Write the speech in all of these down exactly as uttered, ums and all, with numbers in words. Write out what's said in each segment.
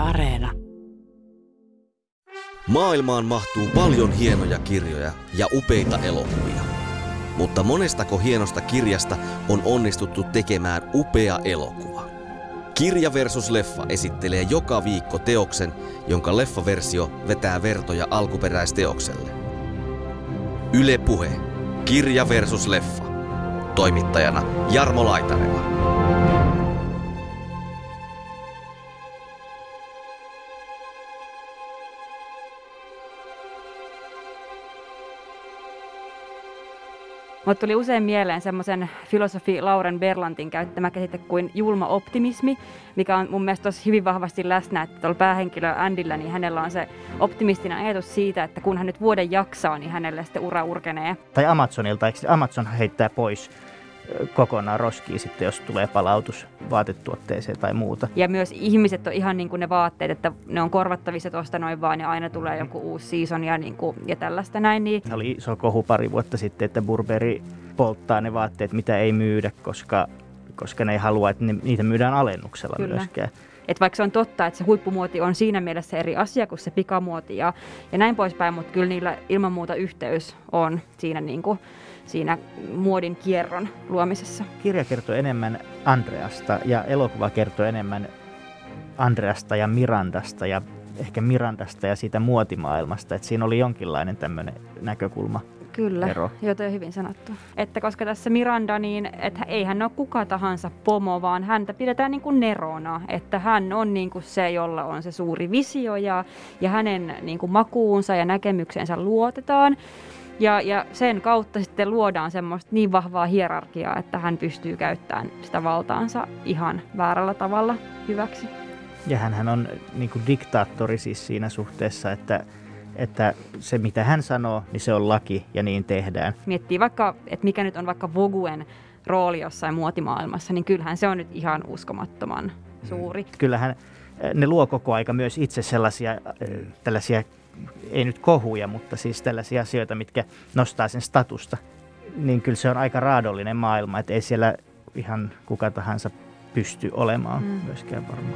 Areena. Maailmaan mahtuu paljon hienoja kirjoja ja upeita elokuvia. Mutta monestako hienosta kirjasta on onnistuttu tekemään upea elokuva? Kirja versus leffa esittelee joka viikko teoksen, jonka leffaversio vetää vertoja alkuperäisteokselle. Yle Puhe. Kirja versus leffa. Toimittajana Jarmo Laitaneva. Mulle tuli usein mieleen semmoisen filosofi Lauren Berlantin käyttämä käsite kuin julma optimismi, mikä on mun mielestä tosi hyvin vahvasti läsnä, että tuolla päähenkilö Andyllä, niin hänellä on se optimistinen ajatus siitä, että kun hän nyt vuoden jaksaa, niin hänelle sitten ura urkenee. Tai Amazonilta, eikö Amazon heittää pois kokonaan roskiin sitten, jos tulee palautus vaatetuotteeseen tai muuta. Ja myös ihmiset on ihan niin kuin ne vaatteet, että ne on korvattavissa tuosta noin vaan ja aina tulee joku uusi season ja, niin kuin, ja tällaista näin. Niin. Oli iso kohu pari vuotta sitten, että Burberry polttaa ne vaatteet, mitä ei myydä, koska, koska ne ei halua, että ne, niitä myydään alennuksella. Kyllä. Myöskään. Et vaikka se on totta, että se huippumuoti on siinä mielessä eri asia kuin se pikamuoti ja, ja näin poispäin, mutta kyllä niillä ilman muuta yhteys on siinä niin kuin siinä muodin kierron luomisessa. Kirja kertoo enemmän Andreasta ja elokuva kertoo enemmän Andreasta ja Mirandasta ja ehkä Mirandasta ja siitä muotimaailmasta. Että siinä oli jonkinlainen tämmöinen näkökulma. Kyllä, ero. Joten hyvin sanottu. Että koska tässä Miranda, niin että ei hän ole kuka tahansa pomo, vaan häntä pidetään niin kuin nerona. Että hän on niin kuin se, jolla on se suuri visio ja, ja hänen niin kuin makuunsa ja näkemyksensä luotetaan. Ja, ja sen kautta sitten luodaan semmoista niin vahvaa hierarkiaa, että hän pystyy käyttämään sitä valtaansa ihan väärällä tavalla hyväksi. Ja hänhän on niin kuin diktaattori siis siinä suhteessa, että, että se mitä hän sanoo, niin se on laki ja niin tehdään. Miettii vaikka, että mikä nyt on vaikka Voguen rooli jossain muotimaailmassa, niin kyllähän se on nyt ihan uskomattoman suuri. Kyllähän ne luo koko aika myös itse sellaisia tällaisia ei nyt kohuja, mutta siis tällaisia asioita, mitkä nostaa sen statusta, niin kyllä se on aika raadollinen maailma, että ei siellä ihan kuka tahansa pysty olemaan mm. myöskään varmaan.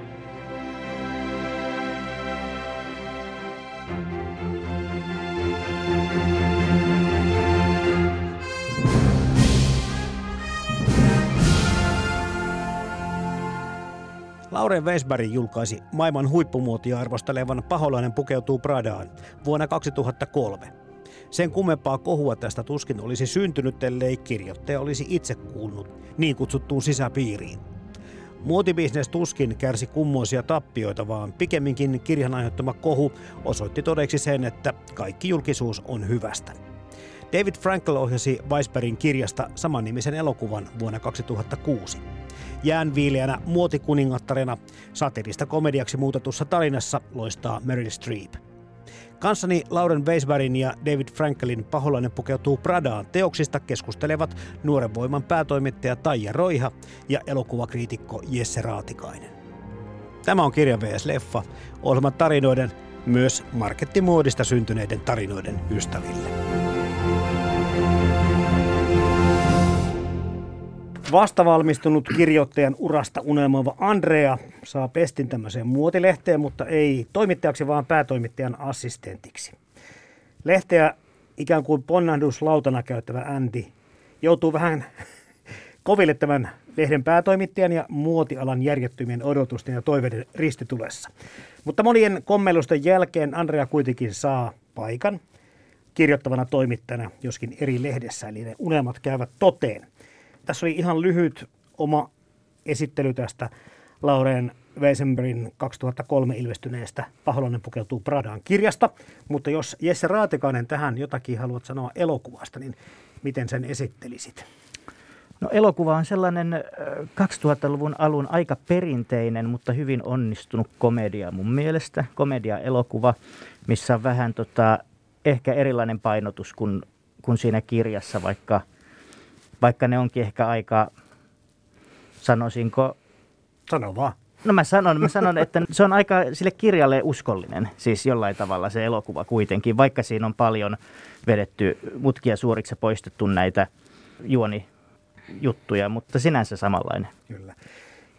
Lauren Weisberg julkaisi maailman huippumuotia arvostelevan Paholainen pukeutuu Pradaan vuonna kaksituhattakolme. Sen kummempaa kohua tästä tuskin olisi syntynyt, ellei kirjoittaja olisi itse kuulunut niin kutsuttuun sisäpiiriin. Muotibisnes tuskin kärsi kummoisia tappioita, vaan pikemminkin kirjan aiheuttama kohu osoitti todeksi sen, että kaikki julkisuus on hyvästä. David Frankel ohjasi Weisbergin kirjasta samannimisen elokuvan vuonna kaksituhattakuusi. Jäänviileänä muotikuningattarena satirista komediaksi muutetussa tarinassa loistaa Meryl Streep. Kanssani Lauren Weisbergin ja David Frankelin Paholainen pukeutuu Pradaan teoksista keskustelevat Nuoren Voiman päätoimittaja Taija Roiha ja elokuvakriitikko Jesse Raatikainen. Tämä on Kirja versus leffa, ohjelman tarinoiden, myös markettimuodista syntyneiden tarinoiden ystäville. Vastavalmistunut kirjoittajan urasta unelmoiva Andrea saa pestin tämmöiseen muotilehteen, mutta ei toimittajaksi, vaan päätoimittajan assistentiksi. Lehteä ikään kuin ponnahduslautana käyttävä Andy joutuu vähän koville tämän lehden päätoimittajan ja muotialan järjettömien odotusten ja toiveiden ristitulessa. Mutta monien kommellusten jälkeen Andrea kuitenkin saa paikan kirjoittavana toimittajana, joskin eri lehdessä, eli ne unelmat käyvät toteen. Tässä oli ihan lyhyt oma esittely tästä Lauren Weisbergin kaksituhattakolme ilmestyneestä Paholainen pukeutuu Pradaan -kirjasta, mutta jos Jesse Raatikainen tähän jotakin haluat sanoa elokuvasta, niin miten sen esittelisit? No, elokuva on sellainen kaksituhattaluvun alun aika perinteinen, mutta hyvin onnistunut komedia mun mielestä. Komedia-elokuva, missä on vähän tota, ehkä erilainen painotus kuin, kuin siinä kirjassa, vaikka Vaikka ne onkin ehkä aika, sanoisinko... Sano vaan. No mä sanon, mä sanon, että se on aika sille kirjalle uskollinen, siis jollain tavalla se elokuva kuitenkin, vaikka siinä on paljon vedetty mutkia suoriksi ja poistettu näitä juonijuttuja, mutta sinänsä samanlainen. Kyllä.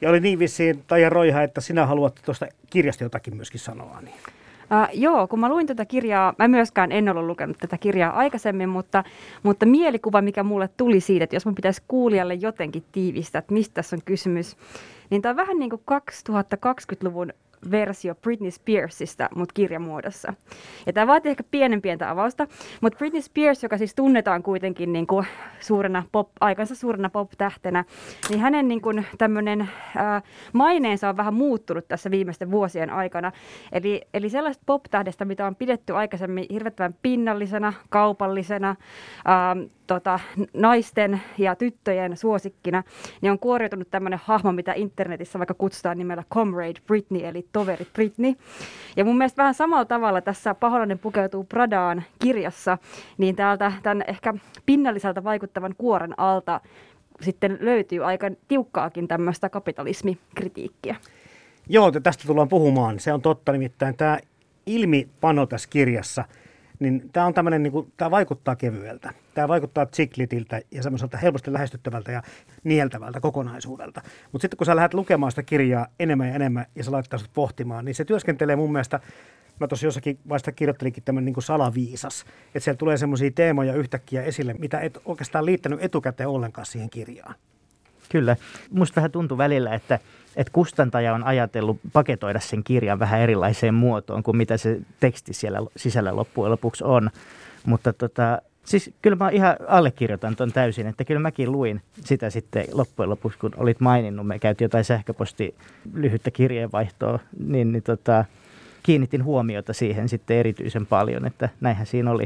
Ja oli niin vissiin, Taija Roiha, että sinä haluat tuosta kirjasta jotakin myöskin sanoa. Niin. Uh, joo, kun mä luin tätä kirjaa, mä myöskään en ole lukenut tätä kirjaa aikaisemmin, mutta, mutta mielikuva, mikä mulle tuli siitä, että jos mun pitäisi kuulijalle jotenkin tiivistää, että mistä tässä on kysymys, niin tämä on vähän niin kuin kaksituhattakaksikymmentäluvun versio Britney Spearsista, mutta kirjamuodossa. Ja tämä vaatii ehkä pienen pientä avausta, mutta Britney Spears, joka siis tunnetaan kuitenkin niin kuin suurena pop, aikansa suurena pop-tähtenä, niin hänen niin kuin tämmöinen ää, maineensa on vähän muuttunut tässä viimeisten vuosien aikana. Eli, eli sellaista pop-tähdestä, mitä on pidetty aikaisemmin hirvettävän pinnallisena, kaupallisena, ää, tota, naisten ja tyttöjen suosikkina, niin on kuoriutunut tämmöinen hahmo, mitä internetissä vaikka kutsutaan nimellä Comrade Britney, eli toveri Britney. Ja mun mielestä vähän samalla tavalla tässä Paholainen pukeutuu Pradaan -kirjassa, niin täältä tämän ehkä pinnalliselta vaikuttavan kuoren alta sitten löytyy aika tiukkaakin tämmöistä kapitalismikritiikkiä. Joo, tästä tullaan puhumaan. Se on totta, nimittäin tämä ilmipano tässä kirjassa, niin tämä on tämmöinen, niin kuin, tämä vaikuttaa kevyeltä. Tämä vaikuttaa chiclitiltä ja semmoiselta helposti lähestyttävältä ja nieltävältä kokonaisuudelta. Mutta sitten kun sä lähdet lukemaan sitä kirjaa enemmän ja enemmän ja sä laittaa sitä pohtimaan, niin se työskentelee mun mielestä, mä tuossa jossakin vaiheessa kirjoittelinkin tämmöinen niin kuin salaviisas, että siellä tulee semmoisia teemoja yhtäkkiä esille, mitä et oikeastaan liittänyt etukäteen ollenkaan siihen kirjaan. Kyllä. Musta vähän tuntui välillä, että, että kustantaja on ajatellut paketoida sen kirjan vähän erilaiseen muotoon kuin mitä se teksti siellä sisällä loppujen lopuksi on. Mutta tota, siis kyllä mä ihan allekirjoitan ton täysin, että kyllä mäkin luin sitä sitten loppujen lopuksi, kun olit maininnut. Me käytiin jotain sähköposti lyhyttä kirjeenvaihtoa, niin, niin tota, kiinnitin huomiota siihen sitten erityisen paljon, että näinhän siinä oli.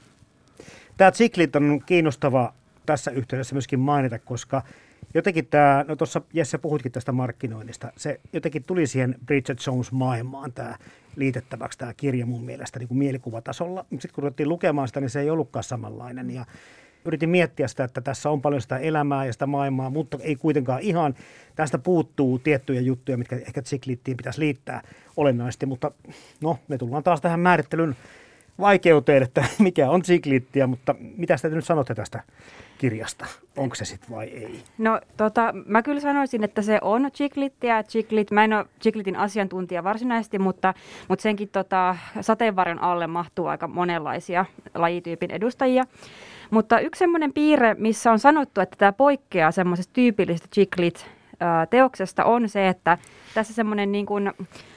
Tämä chiclit on kiinnostava tässä yhteydessä myöskin mainita, koska jotenkin tämä, no tuossa Jesse puhutkin tästä markkinoinnista, se jotenkin tuli siihen Bridget Jones-maailmaan tämä liitettäväksi tämä kirja mun mielestä niin kuin mielikuvatasolla. Sitten kun ruvettiin lukemaan sitä, niin se ei ollutkaan samanlainen ja yritin miettiä sitä, että tässä on paljon sitä elämää ja sitä maailmaa, mutta ei kuitenkaan ihan. Tästä puuttuu tiettyjä juttuja, mitkä ehkä chiclittiin pitäisi liittää olennaisesti, mutta no, me tullaan taas tähän määrittelyn vaikeuteen, että mikä on chiclittiä, mutta mitä te nyt sanotte tästä kirjasta? Onko se sitten vai ei? No tota, mä kyllä sanoisin, että se on chiclittiä. Chiclit, mä en ole chiclitin asiantuntija varsinaisesti, mutta, mutta senkin tota, sateenvarjon alle mahtuu aika monenlaisia lajityypin edustajia. Mutta yksi semmoinen piirre, missä on sanottu, että tämä poikkeaa semmoisesta tyypillisestä chiclit-teoksesta, on se, että tässä semmoinen niin kuin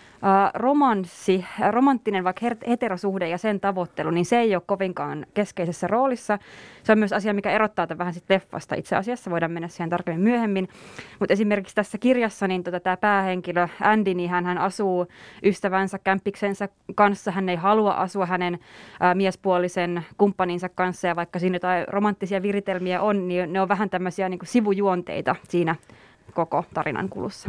romanssi, romanttinen vaikka heterosuhde ja sen tavoittelu, niin se ei ole kovinkaan keskeisessä roolissa. Se on myös asia, mikä erottaa tämän vähän sitten leffasta itse asiassa. Voidaan mennä siihen tarkemmin myöhemmin. Mutta esimerkiksi tässä kirjassa niin tota, tämä päähenkilö Andy, niin hän, hän asuu ystävänsä, kämppiksensä kanssa. Hän ei halua asua hänen ä, miespuolisen kumppaninsa kanssa. Ja vaikka siinä jotain romanttisia viritelmiä on, niin ne on vähän tämmöisiä niin kuin sivujuonteita siinä koko tarinan kulussa.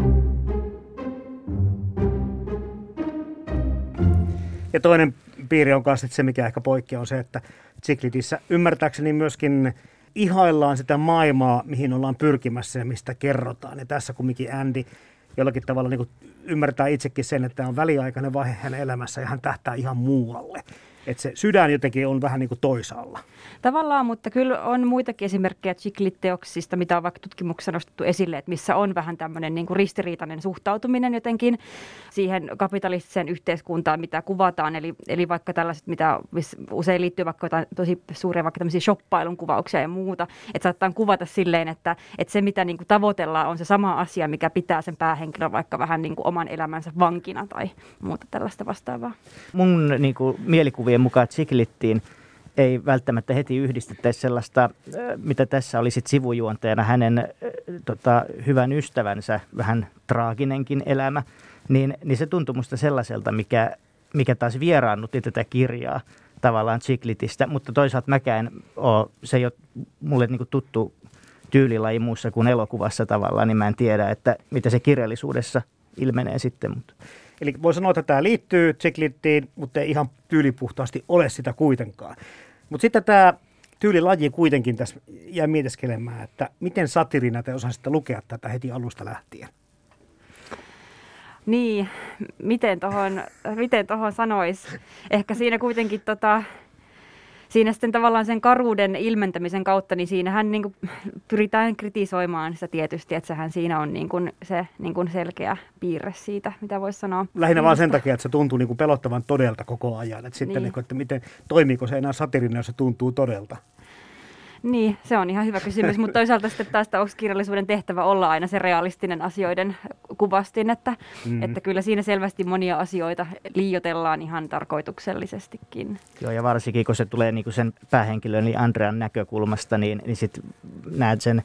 Ja toinen piirre on kanssa se, mikä ehkä poikkeaa, on se, että chiclitissä ymmärtääkseni myöskin ihaillaan sitä maailmaa, mihin ollaan pyrkimässä ja mistä kerrotaan. Ja tässä kumminkin Andy jollakin tavalla niin kuin ymmärtää itsekin sen, että tämä on väliaikainen vaihe hänen elämässä ja hän tähtää ihan muualle. Että se sydän jotenkin on vähän niin kuin toisaalla. Tavallaan, mutta kyllä on muitakin esimerkkejä chiclit-teoksista, mitä on vaikka tutkimuksessa nostettu esille, että missä on vähän tämmöinen niin kuin ristiriitainen suhtautuminen jotenkin siihen kapitalistiseen yhteiskuntaan, mitä kuvataan. Eli, eli vaikka tällaiset, mitä usein liittyy vaikka tosi suuria vaikka tämmöisiä shoppailun kuvauksia ja muuta. Että saattaa kuvata silleen, että, että se mitä niin kuin tavoitellaan on se sama asia, mikä pitää sen päähenkilön vaikka vähän niin kuin oman elämänsä vankina tai muuta tällaista vastaavaa. Mun niin kuin mielikuvien mukaan chiclittiin ei välttämättä heti yhdistettäisi sellaista, mitä tässä oli sit sivujuonteena hänen tota, hyvän ystävänsä, vähän traaginenkin elämä, niin, niin se tuntui musta sellaiselta, mikä, mikä taas vieraannutti tätä kirjaa tavallaan chiclitistä, mutta toisaalta mäkään ole, se ei ole mulle niinku tuttu tyylilaji muussa kuin elokuvassa tavallaan, niin mä en tiedä, että mitä se kirjallisuudessa ilmenee sitten. Mutta. Eli voi sanoa, että tämä liittyy chiclittiin, mutta ei ihan tyylipuhtaasti ole sitä kuitenkaan. Mutta sitten tämä tyylilaji kuitenkin tässä jää mietiskelemään, että miten satirina te osasitte lukea tätä heti alusta lähtien? Niin, miten tohon, miten tohon sanoisi? Ehkä siinä kuitenkin tota, siinä sitten tavallaan sen karuuden ilmentämisen kautta, niin siinähän niin kuin pyritään kritisoimaan sitä tietysti, että sehän siinä on niin kuin se niin kuin selkeä piirre siitä, mitä voisi sanoa. Lähinnä vaan sen takia, että se tuntuu niin kuin pelottavan todelta koko ajan. Että sitten, niin. Niin kuin, että miten, toimiiko se enää satirina, jos se tuntuu todelta? Niin, se on ihan hyvä kysymys, mutta toisaalta sitten taas onko kirjallisuuden tehtävä olla aina se realistinen asioiden kuvastin, että, mm. että kyllä siinä selvästi monia asioita liioitellaan ihan tarkoituksellisestikin. Joo, ja varsinkin kun se tulee niin kuin sen päähenkilön eli Andrean näkökulmasta, niin, niin sitten näet sen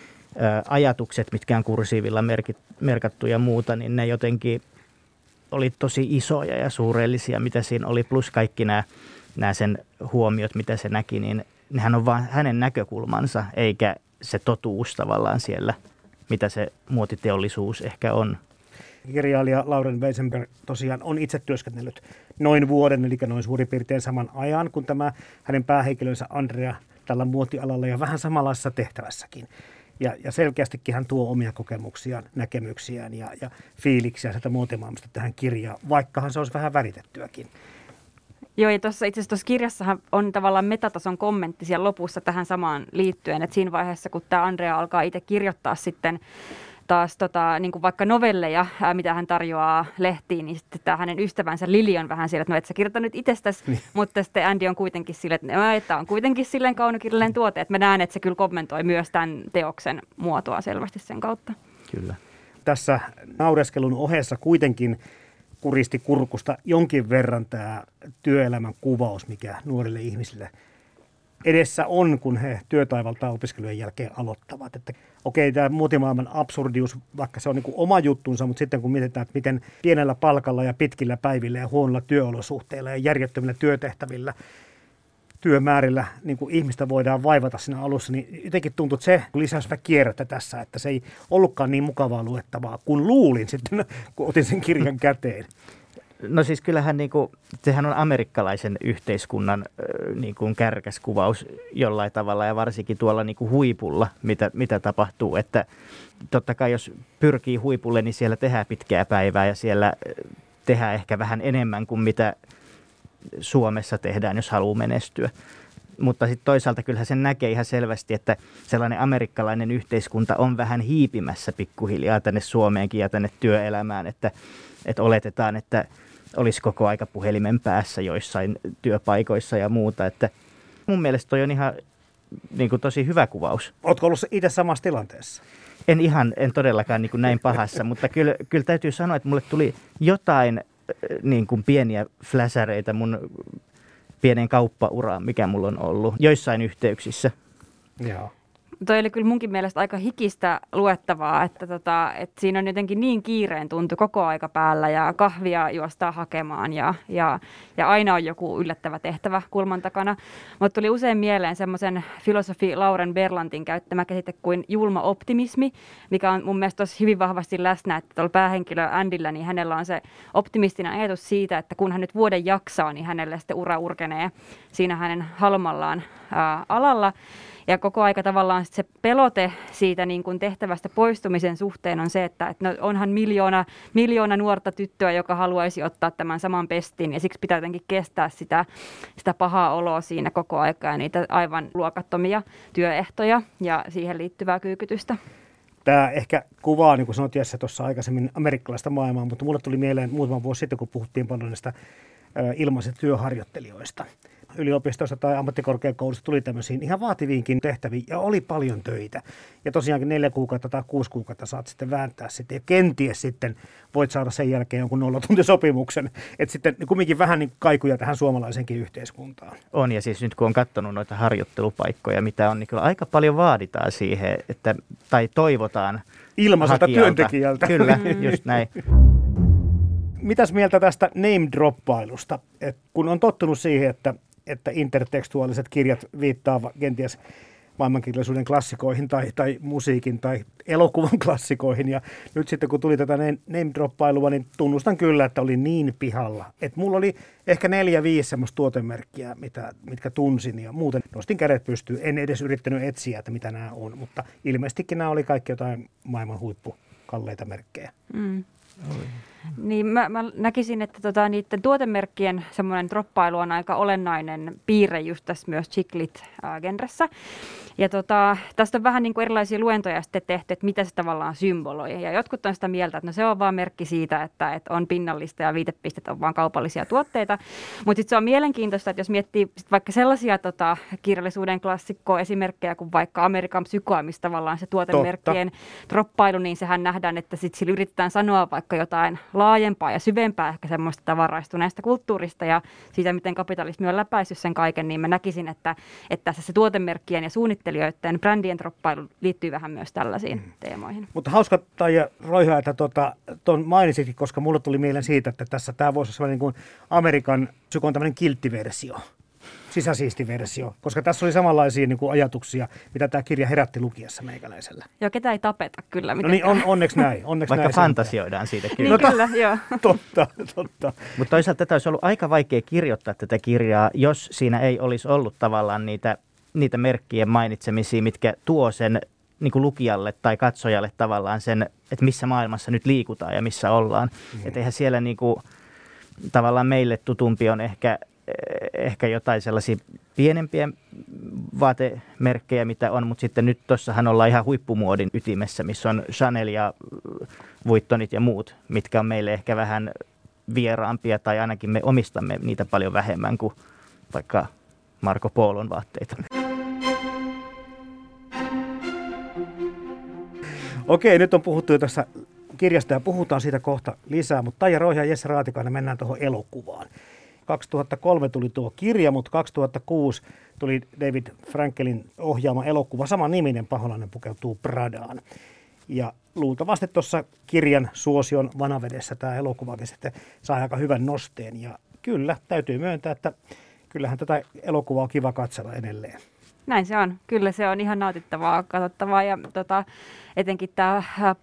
ä, ajatukset, mitkä on kursiivilla merkit, merkattu ja muuta, niin ne jotenkin oli tosi isoja ja suurellisia, mitä siinä oli, plus kaikki nämä, nämä sen huomiot, mitä se näki, niin nehän on vain hänen näkökulmansa, eikä se totuus tavallaan siellä, mitä se muotiteollisuus ehkä on. Kirjailija Lauren Weissenberg tosiaan on itse työskennellyt noin vuoden, eli noin suurin piirtein saman ajan, kun tämä hänen päähenkilönsä Andrea tällä muotialalla ja vähän samanlaisessa tehtävässäkin. Ja, ja selkeästikin hän tuo omia kokemuksiaan, näkemyksiään ja, ja fiiliksiä sieltä muotimaailmasta tähän kirjaan, vaikkahan se olisi vähän väritettyäkin. Joo, ja tuossa itse asiassa tuossa kirjassahan on tavallaan metatason kommentti siellä lopussa tähän samaan liittyen, että siinä vaiheessa, kun tämä Andrea alkaa itse kirjoittaa sitten taas tota, niin kuin vaikka novelleja, ää, mitä hän tarjoaa lehtiin, niin sitten tämä hänen ystävänsä Lili on vähän sillä, että no et sä kirjoita nyt itsestäsi, niin. Mutta sitten Andy on kuitenkin sillä, että tämä on kuitenkin silleen kaunokirjallinen tuote, että mä näen, että se kyllä kommentoi myös tämän teoksen muotoa selvästi sen kautta. Kyllä. Tässä naureskelun ohessa kuitenkin kuristi kurkusta jonkin verran tämä työelämän kuvaus, mikä nuorille ihmisille edessä on, kun he työtaivaltaan opiskelujen jälkeen aloittavat. Että okei, tämä muotimaailman absurdius, vaikka se on niin kuin oma juttunsa, mutta sitten kun mietitään, että miten pienellä palkalla ja pitkillä päivillä ja huonolla työolosuhteilla ja järjettömillä työtehtävillä, työmäärillä niin kuin ihmistä voidaan vaivata siinä alussa, niin jotenkin tuntuu, että se lisäsi vähän kierrettä tässä, että se ei ollutkaan niin mukavaa luettavaa, kun luulin sitten, kun otin sen kirjan käteen. No siis kyllähän niin kuin, sehän on amerikkalaisen yhteiskunnan niin kuin kärkäskuvaus jollain tavalla ja varsinkin tuolla niin kuin huipulla, mitä, mitä tapahtuu. Että totta kai jos pyrkii huipulle, niin siellä tehdään pitkää päivää ja siellä tehdään ehkä vähän enemmän kuin mitä Suomessa tehdään, jos haluaa menestyä. Mutta sitten toisaalta kyllähän sen näkee ihan selvästi, että sellainen amerikkalainen yhteiskunta on vähän hiipimässä pikkuhiljaa tänne Suomeenkin ja tänne työelämään, että, että oletetaan, että olisi koko aika puhelimen päässä joissain työpaikoissa ja muuta. Että mun mielestä toi on ihan niin kuin tosi hyvä kuvaus. Ootko ollut itse samassa tilanteessa? En ihan, en todellakaan niin kuin näin pahassa, mutta kyllä, kyllä täytyy sanoa, että mulle tuli jotain niin kuin pieniä fläsäreitä mun pienen kauppauraan, mikä mulla on ollut joissain yhteyksissä. Joo. Toi oli kyllä munkin mielestä aika hikistä luettavaa, että, tota, että siinä on jotenkin niin kiireen tuntu koko aika päällä ja kahvia juostaa hakemaan ja, ja, ja aina on joku yllättävä tehtävä kulman takana. Mutta tuli usein mieleen semmoisen filosofi Lauren Berlantin käyttämä käsite kuin julma optimismi, mikä on mun mielestä tosi hyvin vahvasti läsnä, että tuolla päähenkilö Andyllä, niin hänellä on se optimistinen ajatus siitä, että kun hän nyt vuoden jaksaa, niin hänelle sitten ura urkenee siinä hänen halmallaan ää, alalla. Ja koko aika tavallaan se pelote siitä niin kuin tehtävästä poistumisen suhteen on se, että, että no onhan miljoona, miljoona nuorta tyttöä, joka haluaisi ottaa tämän saman pestin ja siksi pitää jotenkin kestää sitä, sitä pahaa oloa siinä koko aika ja niitä aivan luokattomia työehtoja ja siihen liittyvää kyykytystä. Tämä ehkä kuvaa, niin kuin sanoit Jesse tuossa aikaisemmin, amerikkalaista maailmaa, mutta mulle tuli mieleen muutama vuosi sitten, kun puhuttiin paljon näistä ilmaisista työharjoittelijoista. Yliopistosta tai ammattikorkeakoulusta tuli tämmöisiin ihan vaativiinkin tehtäviin ja oli paljon töitä. Ja tosiaankin neljä kuukautta tai kuusi kuukautta saat sitten vääntää sitten ja kenties sitten voit saada sen jälkeen jonkun nollatuntisopimuksen. Että sitten kumminkin vähän niin kaikuja tähän suomalaisenkin yhteiskuntaan. On ja siis nyt kun on katsonut noita harjoittelupaikkoja, mitä on, niin kyllä aika paljon vaaditaan siihen, että, tai toivotaan ilmaiselta hakijalta. Työntekijältä. Kyllä, just näin. Mitäs mieltä tästä name-droppailusta? Et kun on tottunut siihen, että, että intertekstuaaliset kirjat viittaa kenties maailmankirjallisuuden klassikoihin tai, tai musiikin tai elokuvan klassikoihin. Ja nyt sitten kun tuli tätä name-droppailua, niin tunnustan kyllä, että oli niin pihalla. Että mulla oli ehkä neljä, viisi semmoista tuotemerkkiä, mitä, mitkä tunsin ja muuten nostin kädet pystyyn. En edes yrittänyt etsiä, että mitä nämä on, mutta ilmeisestikin nämä oli kaikki jotain maailman huippukalleita merkkejä. Mm. Niin mä, mä näkisin, että tota, niiden tuotemerkkien semmoinen droppailu on aika olennainen piirre just tässä myös chick-lit-genressä. Ja tota, tästä on vähän niin kuin erilaisia luentoja sitten tehty, että mitä se tavallaan symboloi. Ja jotkut on sitä mieltä, että no se on vaan merkki siitä, että, että on pinnallista ja viitepistet on vaan kaupallisia tuotteita. Mutta sitten se on mielenkiintoista, että jos miettii sit vaikka sellaisia tota, kirjallisuuden klassikkoa esimerkkejä kuin vaikka Amerikan psykoa, missä tavallaan se tuotemerkkien Totta. droppailu, niin sehän nähdään, että sitten sillä yritetään sanoa vaikka jotain laajempaa ja syvempää ehkä semmoista tavaraistuneesta kulttuurista ja siitä, miten kapitalismi on läpäissyt sen kaiken, niin mä näkisin, että, että tässä se tuotemerkkien ja suunnittelijoiden brändien droppailu liittyy vähän myös tällaisiin mm. teemoihin. Mutta hauska Taija Roiho, että tuota, tuon mainitsitkin, koska mulle tuli mieleen siitä, että tässä tämä voisi olla sellainen kuin Amerikan psykon tämmöinen kilttiversio, sisäsiistiversio, koska tässä oli samanlaisia niin kuin ajatuksia, mitä tämä kirja herätti lukiessa meikäläisellä. Joo, ketä ei tapeta kyllä. No niin, on, onneksi näin. Onneksi Vaikka näin fantasioidaan siitä kyllä. Niin, kyllä, joo. Totta, totta. Mutta toisaalta tätä olisi ollut aika vaikea kirjoittaa tätä kirjaa, jos siinä ei olisi ollut tavallaan niitä, niitä merkkien mainitsemisia, mitkä tuo sen niin kuin lukijalle tai katsojalle tavallaan sen, että missä maailmassa nyt liikutaan ja missä ollaan. Mm. Että eihän siellä niin kuin, tavallaan meille tutumpi on ehkä ehkä jotain sellaisia pienempiä vaatemerkkejä, mitä on, mutta sitten nyt tuossahan ollaan ihan huippumuodin ytimessä, missä on Chanel ja Vuittonit ja muut, mitkä on meille ehkä vähän vieraampia, tai ainakin me omistamme niitä paljon vähemmän kuin vaikka Marco Polon vaatteita. Okei, nyt on puhuttu jo tässä kirjasta ja puhutaan siitä kohta lisää, mutta Taija Roiho ja Jesse Raatikainen, mennään tuohon elokuvaan. kaksituhattakolme tuli tuo kirja, mutta kaksituhattakuusi tuli David Frankelin ohjaama elokuva, sama niminen, Paholainen pukeutuu Pradaan. Ja luultavasti tuossa kirjan suosion vanavedessä tämä elokuvakin sitten saa aika hyvän nosteen. Ja kyllä, täytyy myöntää, että kyllähän tätä elokuvaa on kiva katsella edelleen. Näin se on. Kyllä se on ihan nautittavaa, katsottavaa ja tota, etenkin tämä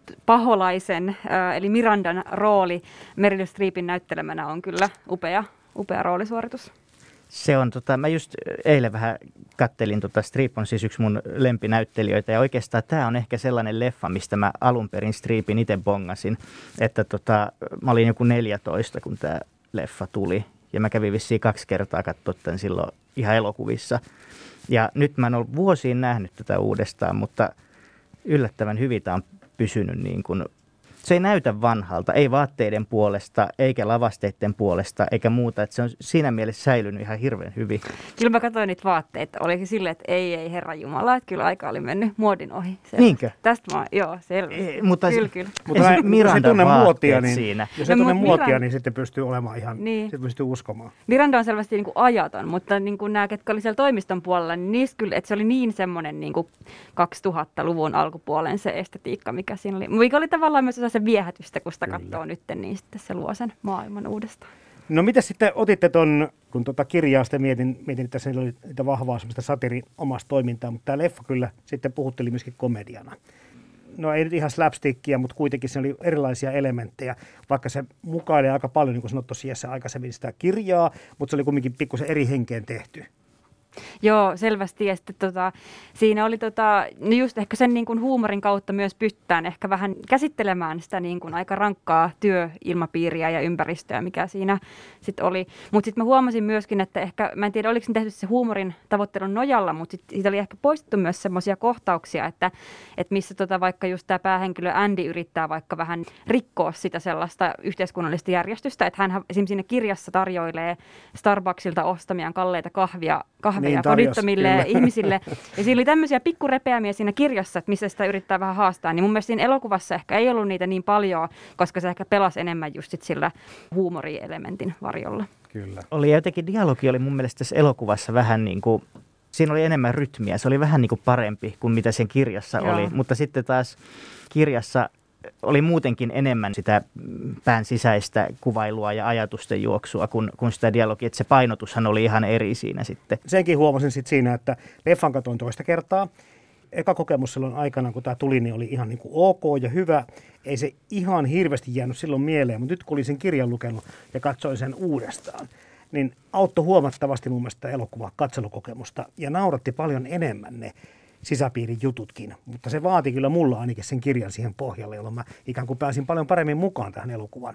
Paholaisen eli Mirandan rooli Meryl Streepin näyttelemänä on kyllä upea. Upea roolisuoritus. Se on, tota, mä just eilen vähän kattelin, tota, Streep on siis yksi mun lempinäyttelijöitä ja oikeastaan tämä on ehkä sellainen leffa, mistä mä alun perin Streepin itse bongasin, että tota, mä olin joku neljätoista, kun tämä leffa tuli ja mä kävin vissiin kaksi kertaa katsoa tämän silloin ihan elokuvissa ja nyt mä en ole vuosiin nähnyt tätä uudestaan, mutta yllättävän hyvin tämä on pysynyt niin kuin. Se ei näytä vanhalta, ei vaatteiden puolesta, eikä lavasteiden puolesta, eikä muuta. Että se on siinä mielessä säilynyt ihan hirveän hyvin. Kyllä mä katsoin niitä vaatteita. Olikin silleen, että ei, ei, herra jumala, että kyllä aika oli mennyt muodin ohi. Selvästi. Niinkö? Tästä mä, joo, selvästi. E, mutta kyllä, kyllä. Mutta se, Mirandan tunne muotia, niin, siinä. Jos ei no, tunne muotia, Miran... niin sitten pystyy olemaan ihan, niin. sitten pystyy uskomaan. Miranda on selvästi niin kuin ajaton, mutta niin kuin nämä, ketkä oli siellä toimiston puolella, niin niistä kyllä, että se oli niin semmoinen niin kuin kaksituhattaluvun alkupuolen se estetiikka, mikä siinä oli. Mikä oli tavallaan myös se viehätystä, kun sitä katsoo nyt, niin sitten se luo sen maailman uudestaan. No mitä sitten otitte ton, kun tuota kirjaa sitten mietin, mietin, että siinä oli niitä vahvaa semmoista satirin omasta toimintaa, mutta tämä leffa kyllä sitten puhutteli myöskin komediana. No ei nyt ihan slapstickia, mutta kuitenkin se oli erilaisia elementtejä, vaikka se mukailee aika paljon, niin kuin sanottu Jesse aikaisemmin sitä kirjaa, mutta se oli kuitenkin pikkusen eri henkeen tehty. Joo, selvästi. Ja sitten tota, siinä oli tota, no just ehkä sen niin kuin huumorin kautta myös pystytään ehkä vähän käsittelemään sitä niin kuin aika rankkaa työilmapiiriä ja ympäristöä, mikä siinä sitten oli. Mutta sitten mä huomasin myöskin, että ehkä, mä en tiedä oliko se tehty se huumorin tavoittelun nojalla, mutta sit siitä oli ehkä poistettu myös semmoisia kohtauksia, että, että missä tota, vaikka just tämä päähenkilö Andy yrittää vaikka vähän rikkoa sitä sellaista yhteiskunnallista järjestystä, että hän esimerkiksi siinä kirjassa tarjoilee Starbucksilta ostamiaan kalleita kahvia, kahvia niin, kodittomille ihmisille. Ja siinä oli tämmöisiä pikkurepeämiä siinä kirjassa, että missä sitä yrittää vähän haastaa. Niin mun mielestä siinä elokuvassa ehkä ei ollut niitä niin paljon, koska se ehkä pelasi enemmän just sit sillä huumorielementin varjolla. Kyllä. Oli ja jotenkin dialogi oli mun mielestä tässä elokuvassa vähän niin kuin, siinä oli enemmän rytmiä. Se oli vähän niin kuin parempi kuin mitä sen kirjassa Joo. oli. Mutta sitten taas kirjassa oli muutenkin enemmän sitä pään sisäistä kuvailua ja ajatusten juoksua kuin, kuin sitä dialogia, että se painotushan oli ihan eri siinä sitten. Senkin huomasin sitten siinä, että leffan katoin toista kertaa. Eka kokemus silloin aikana, kun tämä tuli, niin oli ihan niin kuin ok ja hyvä. Ei se ihan hirveästi jäänyt silloin mieleen, mutta nyt kun olin sen kirjan lukenut ja katsoin sen uudestaan, niin auttoi huomattavasti mun mielestä elokuva katselukokemusta ja nauratti paljon enemmän ne sisäpiirin jututkin, mutta se vaati kyllä mulla ainakin sen kirjan siihen pohjalle, jolloin mä ikään kuin pääsin paljon paremmin mukaan tähän elokuvan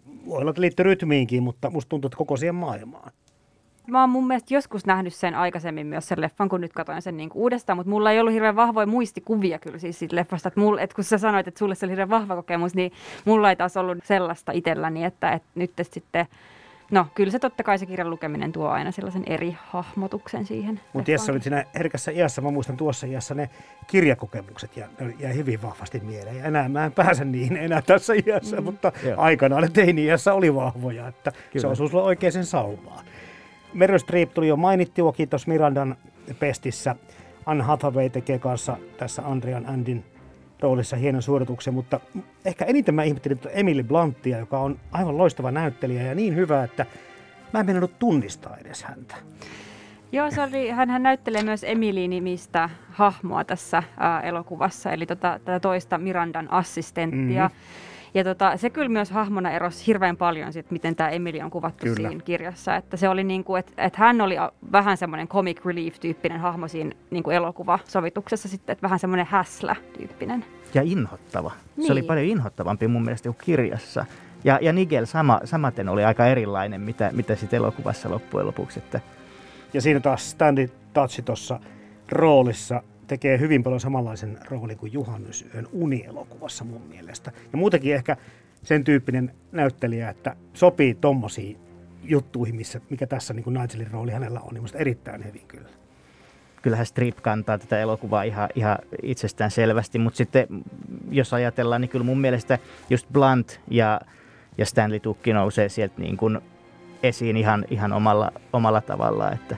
voi olla, että liittyy rytmiinkin, mutta musta tuntuu, että koko siihen maailmaan. Mä oon mun mielestä joskus nähnyt sen aikaisemmin myös sen leffan, kun nyt katsoin sen niin uudestaan, mutta mulla ei ollut hirveän vahvoja muistikuvia kyllä siis siitä leffasta. Että mulla, että kun sä sanoit, että sulle se oli hirveän vahva kokemus, niin mulla ei taas ollut sellaista itselläni, että, että nyt sitten, no kyllä se totta kai se kirjan lukeminen tuo aina sellaisen eri hahmotuksen siihen. Mutta Jesse olit siinä herkässä iässä, mä muistan tuossa iässä ne kirjakokemukset ja ne jäi hyvin vahvasti mieleen. Ja enää mä en pääse niihin enää tässä iässä, mm. mutta Joo. aikanaan ne teini-iässä oli vahvoja, että kyllä. se osui sulle oikeaan saumaan. Meryl Streep tuli jo mainittuakin tuossa Mirandan pestissä. Anne Hathaway tekee kanssa tässä Andrean Andin roolissa hienon suorituksen, mutta ehkä eniten mä ihmettelin Emily Bluntia, joka on aivan loistava näyttelijä ja niin hyvä, että mä en mennyt tunnistaa edes häntä. Joo, se oli, hänhän näyttelee myös Emily-nimistä hahmoa tässä ää, elokuvassa, eli tota, tätä toista Mirandan assistenttia. Mm-hmm. Ja tota, se kyllä myös hahmona erosi hirveän paljon siitä, miten tämä Emily on kuvattu kyllä. siinä kirjassa. Että se oli niin kuin, että, että hän oli vähän semmoinen comic relief-tyyppinen hahmo siinä niin kuin elokuvasovituksessa sitten, että vähän semmoinen häslä-tyyppinen. Ja inhottava. Niin. Se oli paljon inhottavampi mun mielestä kuin kirjassa. Ja, ja Nigel sama, samaten oli aika erilainen, mitä, mitä sitten elokuvassa loppujen lopuksi. Että... Ja siinä taas Stanley Tucci tuossa roolissa tekee hyvin paljon samanlaisen roolin kuin Juhannusyön unielokuvassa mun mielestä. Ja muutenkin ehkä sen tyyppinen näyttelijä, että sopii tommosiin juttuihin, missä, mikä tässä niin kuin Nigelin rooli hänellä on, niin musta erittäin hyvin kyllä. Kyllähän Streep kantaa tätä elokuvaa ihan, ihan itsestään selvästi, mutta sitten jos ajatellaan, niin kyllä mun mielestä just Blunt ja, ja Stanley Tucci nousee sieltä niin kuin esiin ihan, ihan omalla, omalla tavallaan, että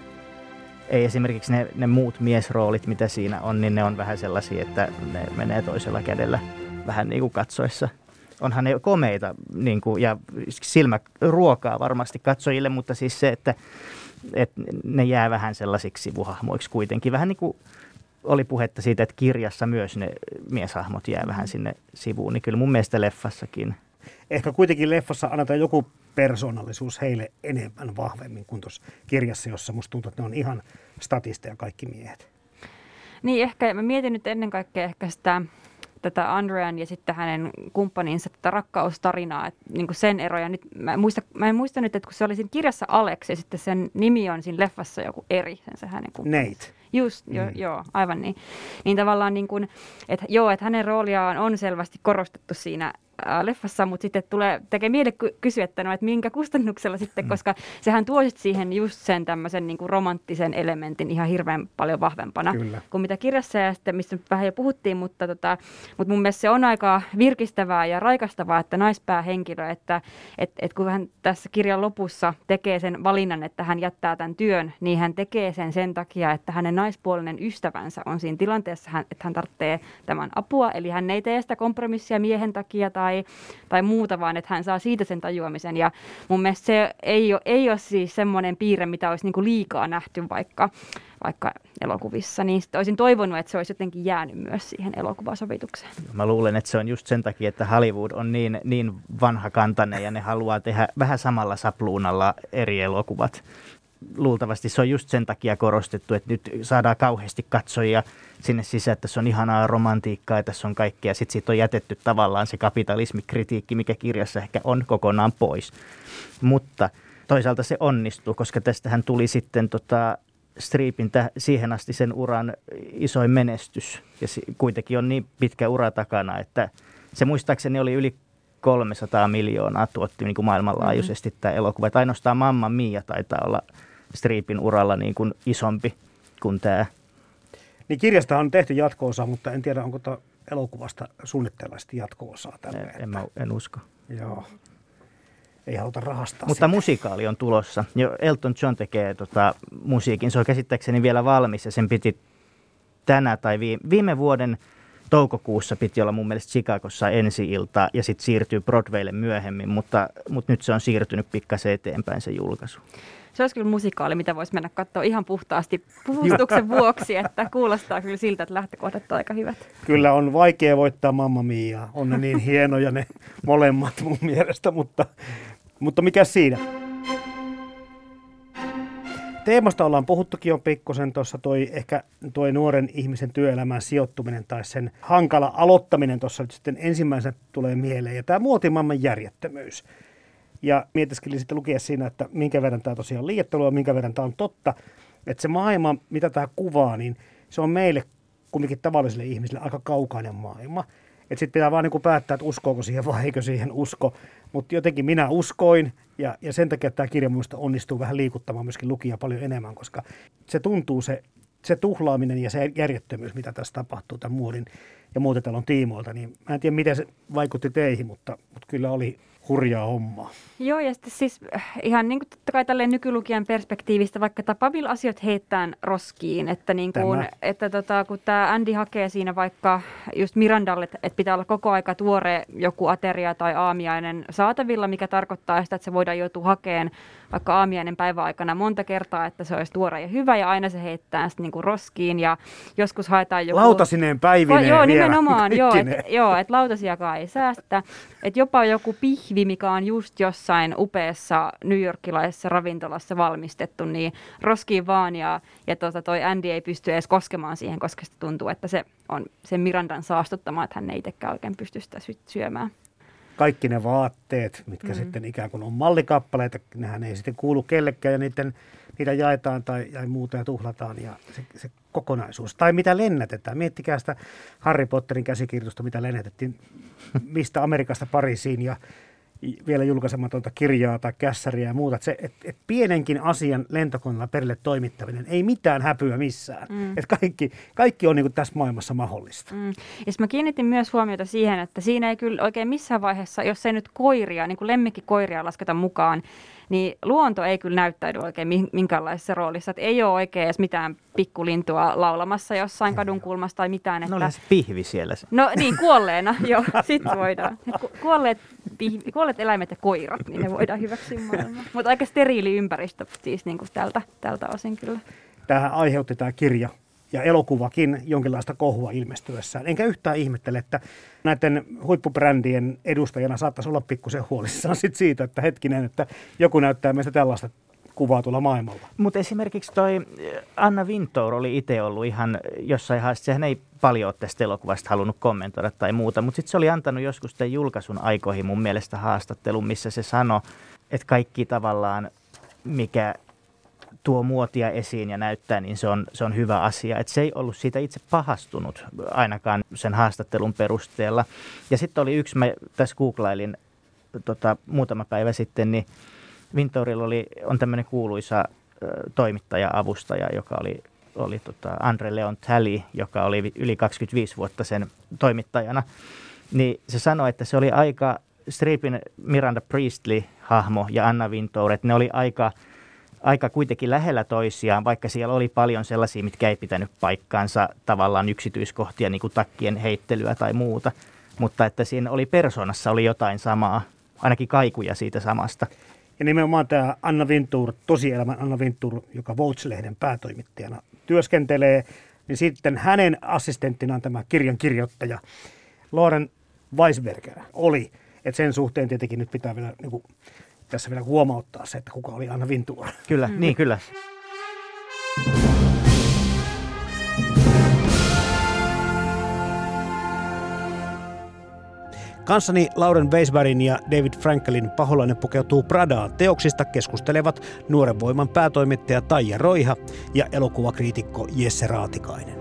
ei esimerkiksi ne, ne muut miesroolit, mitä siinä on, niin ne on vähän sellaisia, että ne menee toisella kädellä vähän niin kuin katsoessa. Onhan ne komeita niin kuin, ja silmäruokaa varmasti katsojille, mutta siis se, että, että ne jää vähän sellaisiksi sivuhahmoiksi kuitenkin. Vähän niin kuin oli puhetta siitä, että kirjassa myös ne mieshahmot jää vähän sinne sivuun, niin kyllä mun mielestä leffassakin. Ehkä kuitenkin leffassa annetaan joku persoonallisuus heille enemmän vahvemmin kuin tuossa kirjassa, jossa musta tuntuu, että ne on ihan statisteja kaikki miehet. Niin ehkä, mä mietin nyt ennen kaikkea ehkä sitä, tätä Andrean ja sitten hänen kumppaninsa tätä rakkaustarinaa, että niin kuin sen eroja. Nyt mä, en muista, mä en muista nyt, että kun se oli siinä kirjassa Alex ja sitten sen nimi on siinä leffassa joku eri, sen se hänen kumppaninsa. Nate. Just, jo, mm. joo, aivan niin. Niin tavallaan niin kuin, että joo, että hänen rooliaan on selvästi korostettu siinä ää, leffassa, mutta sitten tulee, tekee mieli kysyä, että, no, että minkä kustannuksella sitten, mm. koska sehän tuo sitten siihen just sen tämmöisen niin kuin romanttisen elementin ihan hirveän paljon vahvempana Kyllä. kuin mitä kirjassa ja sitten, mistä vähän jo puhuttiin, mutta, tota, mutta mun mielestä se on aika virkistävää ja raikastavaa, että naispäähenkilö, että et, et kun hän tässä kirjan lopussa tekee sen valinnan, että hän jättää tämän työn, niin hän tekee sen sen takia, että hänen naispuolinen ystävänsä on siinä tilanteessa, että hän tarvitsee tämän apua. Eli hän ei tee sitä kompromissia miehen takia tai, tai muuta, vaan että hän saa siitä sen tajuamisen. Ja mun mielestä se ei ole, ei ole siis semmoinen piirre, mitä olisi niinku liikaa nähty vaikka, vaikka elokuvissa. Niin olisin toivonut, että se olisi jotenkin jäänyt myös siihen elokuvasovitukseen. Mä luulen, että se on just sen takia, että Hollywood on niin, niin vanhakantainen ja ne haluaa tehdä vähän samalla sapluunalla eri elokuvat. Luultavasti se on just sen takia korostettu, että nyt saadaan kauheasti katsojia sinne sisään, että tässä on ihanaa romantiikkaa ja tässä on kaikkea. Sitten siitä on jätetty tavallaan se kapitalismikritiikki, mikä kirjassa ehkä on kokonaan pois. Mutta toisaalta se onnistuu, koska tästähän tuli sitten tota Streepin täh- siihen asti sen uran isoin menestys. Ja si- kuitenkin on niin pitkä ura takana, että se muistaakseni oli yli kolmesataa miljoonaa tuotti niin kuin maailmanlaajuisesti mm-hmm. tämä elokuva. Että ainoastaan Mamma Mia taitaa olla Streepin uralla niin kuin isompi kuin tämä. Niin kirjasta on tehty jatko-osa, mutta en tiedä, onko tämä elokuvasta suunnitteilla sitten jatko-osaa tällä en, en, mä, en usko. Joo. Ei haluta rahastaa Mutta sitä. Musikaali on tulossa. Jo Elton John tekee tota, musiikin. Se on käsittääkseni vielä valmis ja sen piti tänä tai viime, viime vuoden toukokuussa piti olla mun mielestä Chicagossa ensi-ilta ja sitten siirtyy Broadwaylle myöhemmin, mutta, mutta nyt se on siirtynyt pikkasen eteenpäin se julkaisu. Se olisi kyllä musikaali, mitä voisi mennä katsoa ihan puhtaasti puhustuksen vuoksi, että kuulostaa kyllä siltä, että lähtökohdat ovat aika hyvät. Kyllä on vaikea voittaa Mamma Mia. On ne niin hienoja ne molemmat mun mielestä, mutta, mutta mikä siinä? Teemasta ollaan puhuttukin jo pikkusen tuossa, toi ehkä toi nuoren ihmisen työelämään sijoittuminen tai sen hankala aloittaminen tuossa nyt sitten ensimmäisenä tulee mieleen. Ja tämä muotimaailman järjettömyys. Ja mietiskelin sitten lukea siinä, että minkä verran tämä tosiaan on liioittelua, minkä verran tämä on totta. Että se maailma, mitä tämä kuvaa, niin se on meille kumminkin tavallisille ihmisille aika kaukainen maailma. Että sitten pitää vaan niin kuin päättää, että uskoako siihen vai eikö siihen usko. Mutta jotenkin minä uskoin ja, ja sen takia tämä kirja minusta onnistuu vähän liikuttamaan myöskin lukijaa paljon enemmän, koska se tuntuu se, se tuhlaaminen ja se järjettömyys, mitä tässä tapahtuu tämän muodin ja muutetalon tiimoilta. Niin mä en tiedä, miten se vaikutti teihin, mutta, mutta kyllä oli hurjaa hommaa. Joo, ja sitten siis ihan niin kuin totta kai tälleen nykylukijan perspektiivistä, vaikka tapaavilla asiat heittään roskiin, että, niin kuin, että tota, kun tämä Andy hakee siinä vaikka just Mirandalle, että pitää olla koko aika tuore joku ateria tai aamiainen saatavilla, mikä tarkoittaa sitä, että se voidaan joutua hakemaan vaikka aamiainen päiväaikana monta kertaa, että se olisi tuore ja hyvä, ja aina se heittää sitten niin kuin roskiin, ja joskus haetaan joku... Lautasineen päivineen va, Joo, vielä. nimenomaan, joo, että joo, et lautasiakaan ei säästä, että jopa joku pihvi, mikä on just jossain upeassa newyorkilaisessa ravintolassa valmistettu, niin roskiin vaan, ja, ja tota, toi Andy ei pysty edes koskemaan siihen, koska se tuntuu, että se on sen Mirandan saastuttama, että hän ei itsekään oikein pysty sitä syömään. Kaikki ne vaatteet, mitkä mm. sitten ikään kuin on mallikappaleita, nehän ei sitten kuulu kellekään ja niiden, niitä jaetaan tai, tai muuta ja tuhlataan ja se, se kokonaisuus. Tai mitä lennätetään. Miettikää sitä Harry Potterin käsikirjoitusta, mitä lennätettiin mistä Amerikasta Pariisiin ja vielä julkaisematonta kirjaa tai kässäriä ja muuta. Että se, et, et pienenkin asian lentokoneella perille toimittaminen, ei mitään häpyä missään. Mm. Että kaikki, kaikki on niin kuin tässä maailmassa mahdollista. Mm. Ja mä kiinnitin myös huomiota siihen, että siinä ei kyllä oikein missään vaiheessa, jos ei nyt koiria, niin kuin lemmikkikoiria lasketa mukaan, niin luonto ei kyllä näyttäydy oikein minkäänlaisessa roolissa. Että ei ole oikein edes mitään pikkulintua laulamassa jossain kadun kulmassa tai mitään. Että... No oli se pihvi siellä. No niin, kuolleena, joo, sitten voidaan. Ku- kuolleet, pihvi, kuolleet eläimet ja koirat, niin ne voidaan hyväksyä maailmaan. Mutta aika steriili ympäristö siis niin kuin tältä, tältä osin kyllä. Tämähän aiheutti tämä kirja ja elokuvakin jonkinlaista kohua ilmestyessään. Enkä yhtään ihmettele, että näiden huippubrändien edustajana saattaisi olla pikkusen huolissaan sit siitä, että hetkinen, että joku näyttää meistä tällaista kuvaa tuolla maailmalla. Mutta esimerkiksi toi Anna Wintour oli itse ollut ihan jossain haasteessa, hän ei paljon ole tästä elokuvasta halunnut kommentoida tai muuta, mutta sitten se oli antanut joskus tämän julkaisun aikoihin mun mielestä haastattelun, missä se sanoi, että kaikki tavallaan, mikä tuo muotia esiin ja näyttää, niin se on, se on hyvä asia. Et se ei ollut siitä itse pahastunut ainakaan sen haastattelun perusteella. Ja sitten oli yksi, mä tässä googlailin tota, muutama päivä sitten, niin Wintourilla oli, on tämmöinen kuuluisa ö, toimittaja-avustaja, joka oli, oli tota Andre Leon Talley, joka oli yli kaksikymmentäviisi vuotta sen toimittajana. Niin se sanoi, että se oli aika Streepin Miranda Priestley-hahmo ja Anna Wintour, että ne oli aika... aika kuitenkin lähellä toisiaan, vaikka siellä oli paljon sellaisia, mitkä ei pitänyt paikkaansa, tavallaan yksityiskohtia, niin kuin takkien heittelyä tai muuta, mutta että siinä oli persoonassa oli jotain samaa, ainakin kaikuja siitä samasta. Ja nimenomaan tämä Anna Wintour, tosielämän Anna Wintour, joka Vogue-lehden päätoimittajana työskentelee, niin sitten hänen assistenttinaan tämä kirjan kirjoittaja Lauren Weisberger oli, että sen suhteen tietenkin nyt pitää vielä niin kuin tässä vielä huomauttaa se, että kuka oli Anna Wintour. Kyllä, mm. niin kyllä. Kanssani Lauren Weisbergin ja David Frankelin Paholainen pukeutuu Pradaan teoksista keskustelevat Nuoren Voiman päätoimittaja Taija Roiha ja elokuvakriitikko Jesse Raatikainen.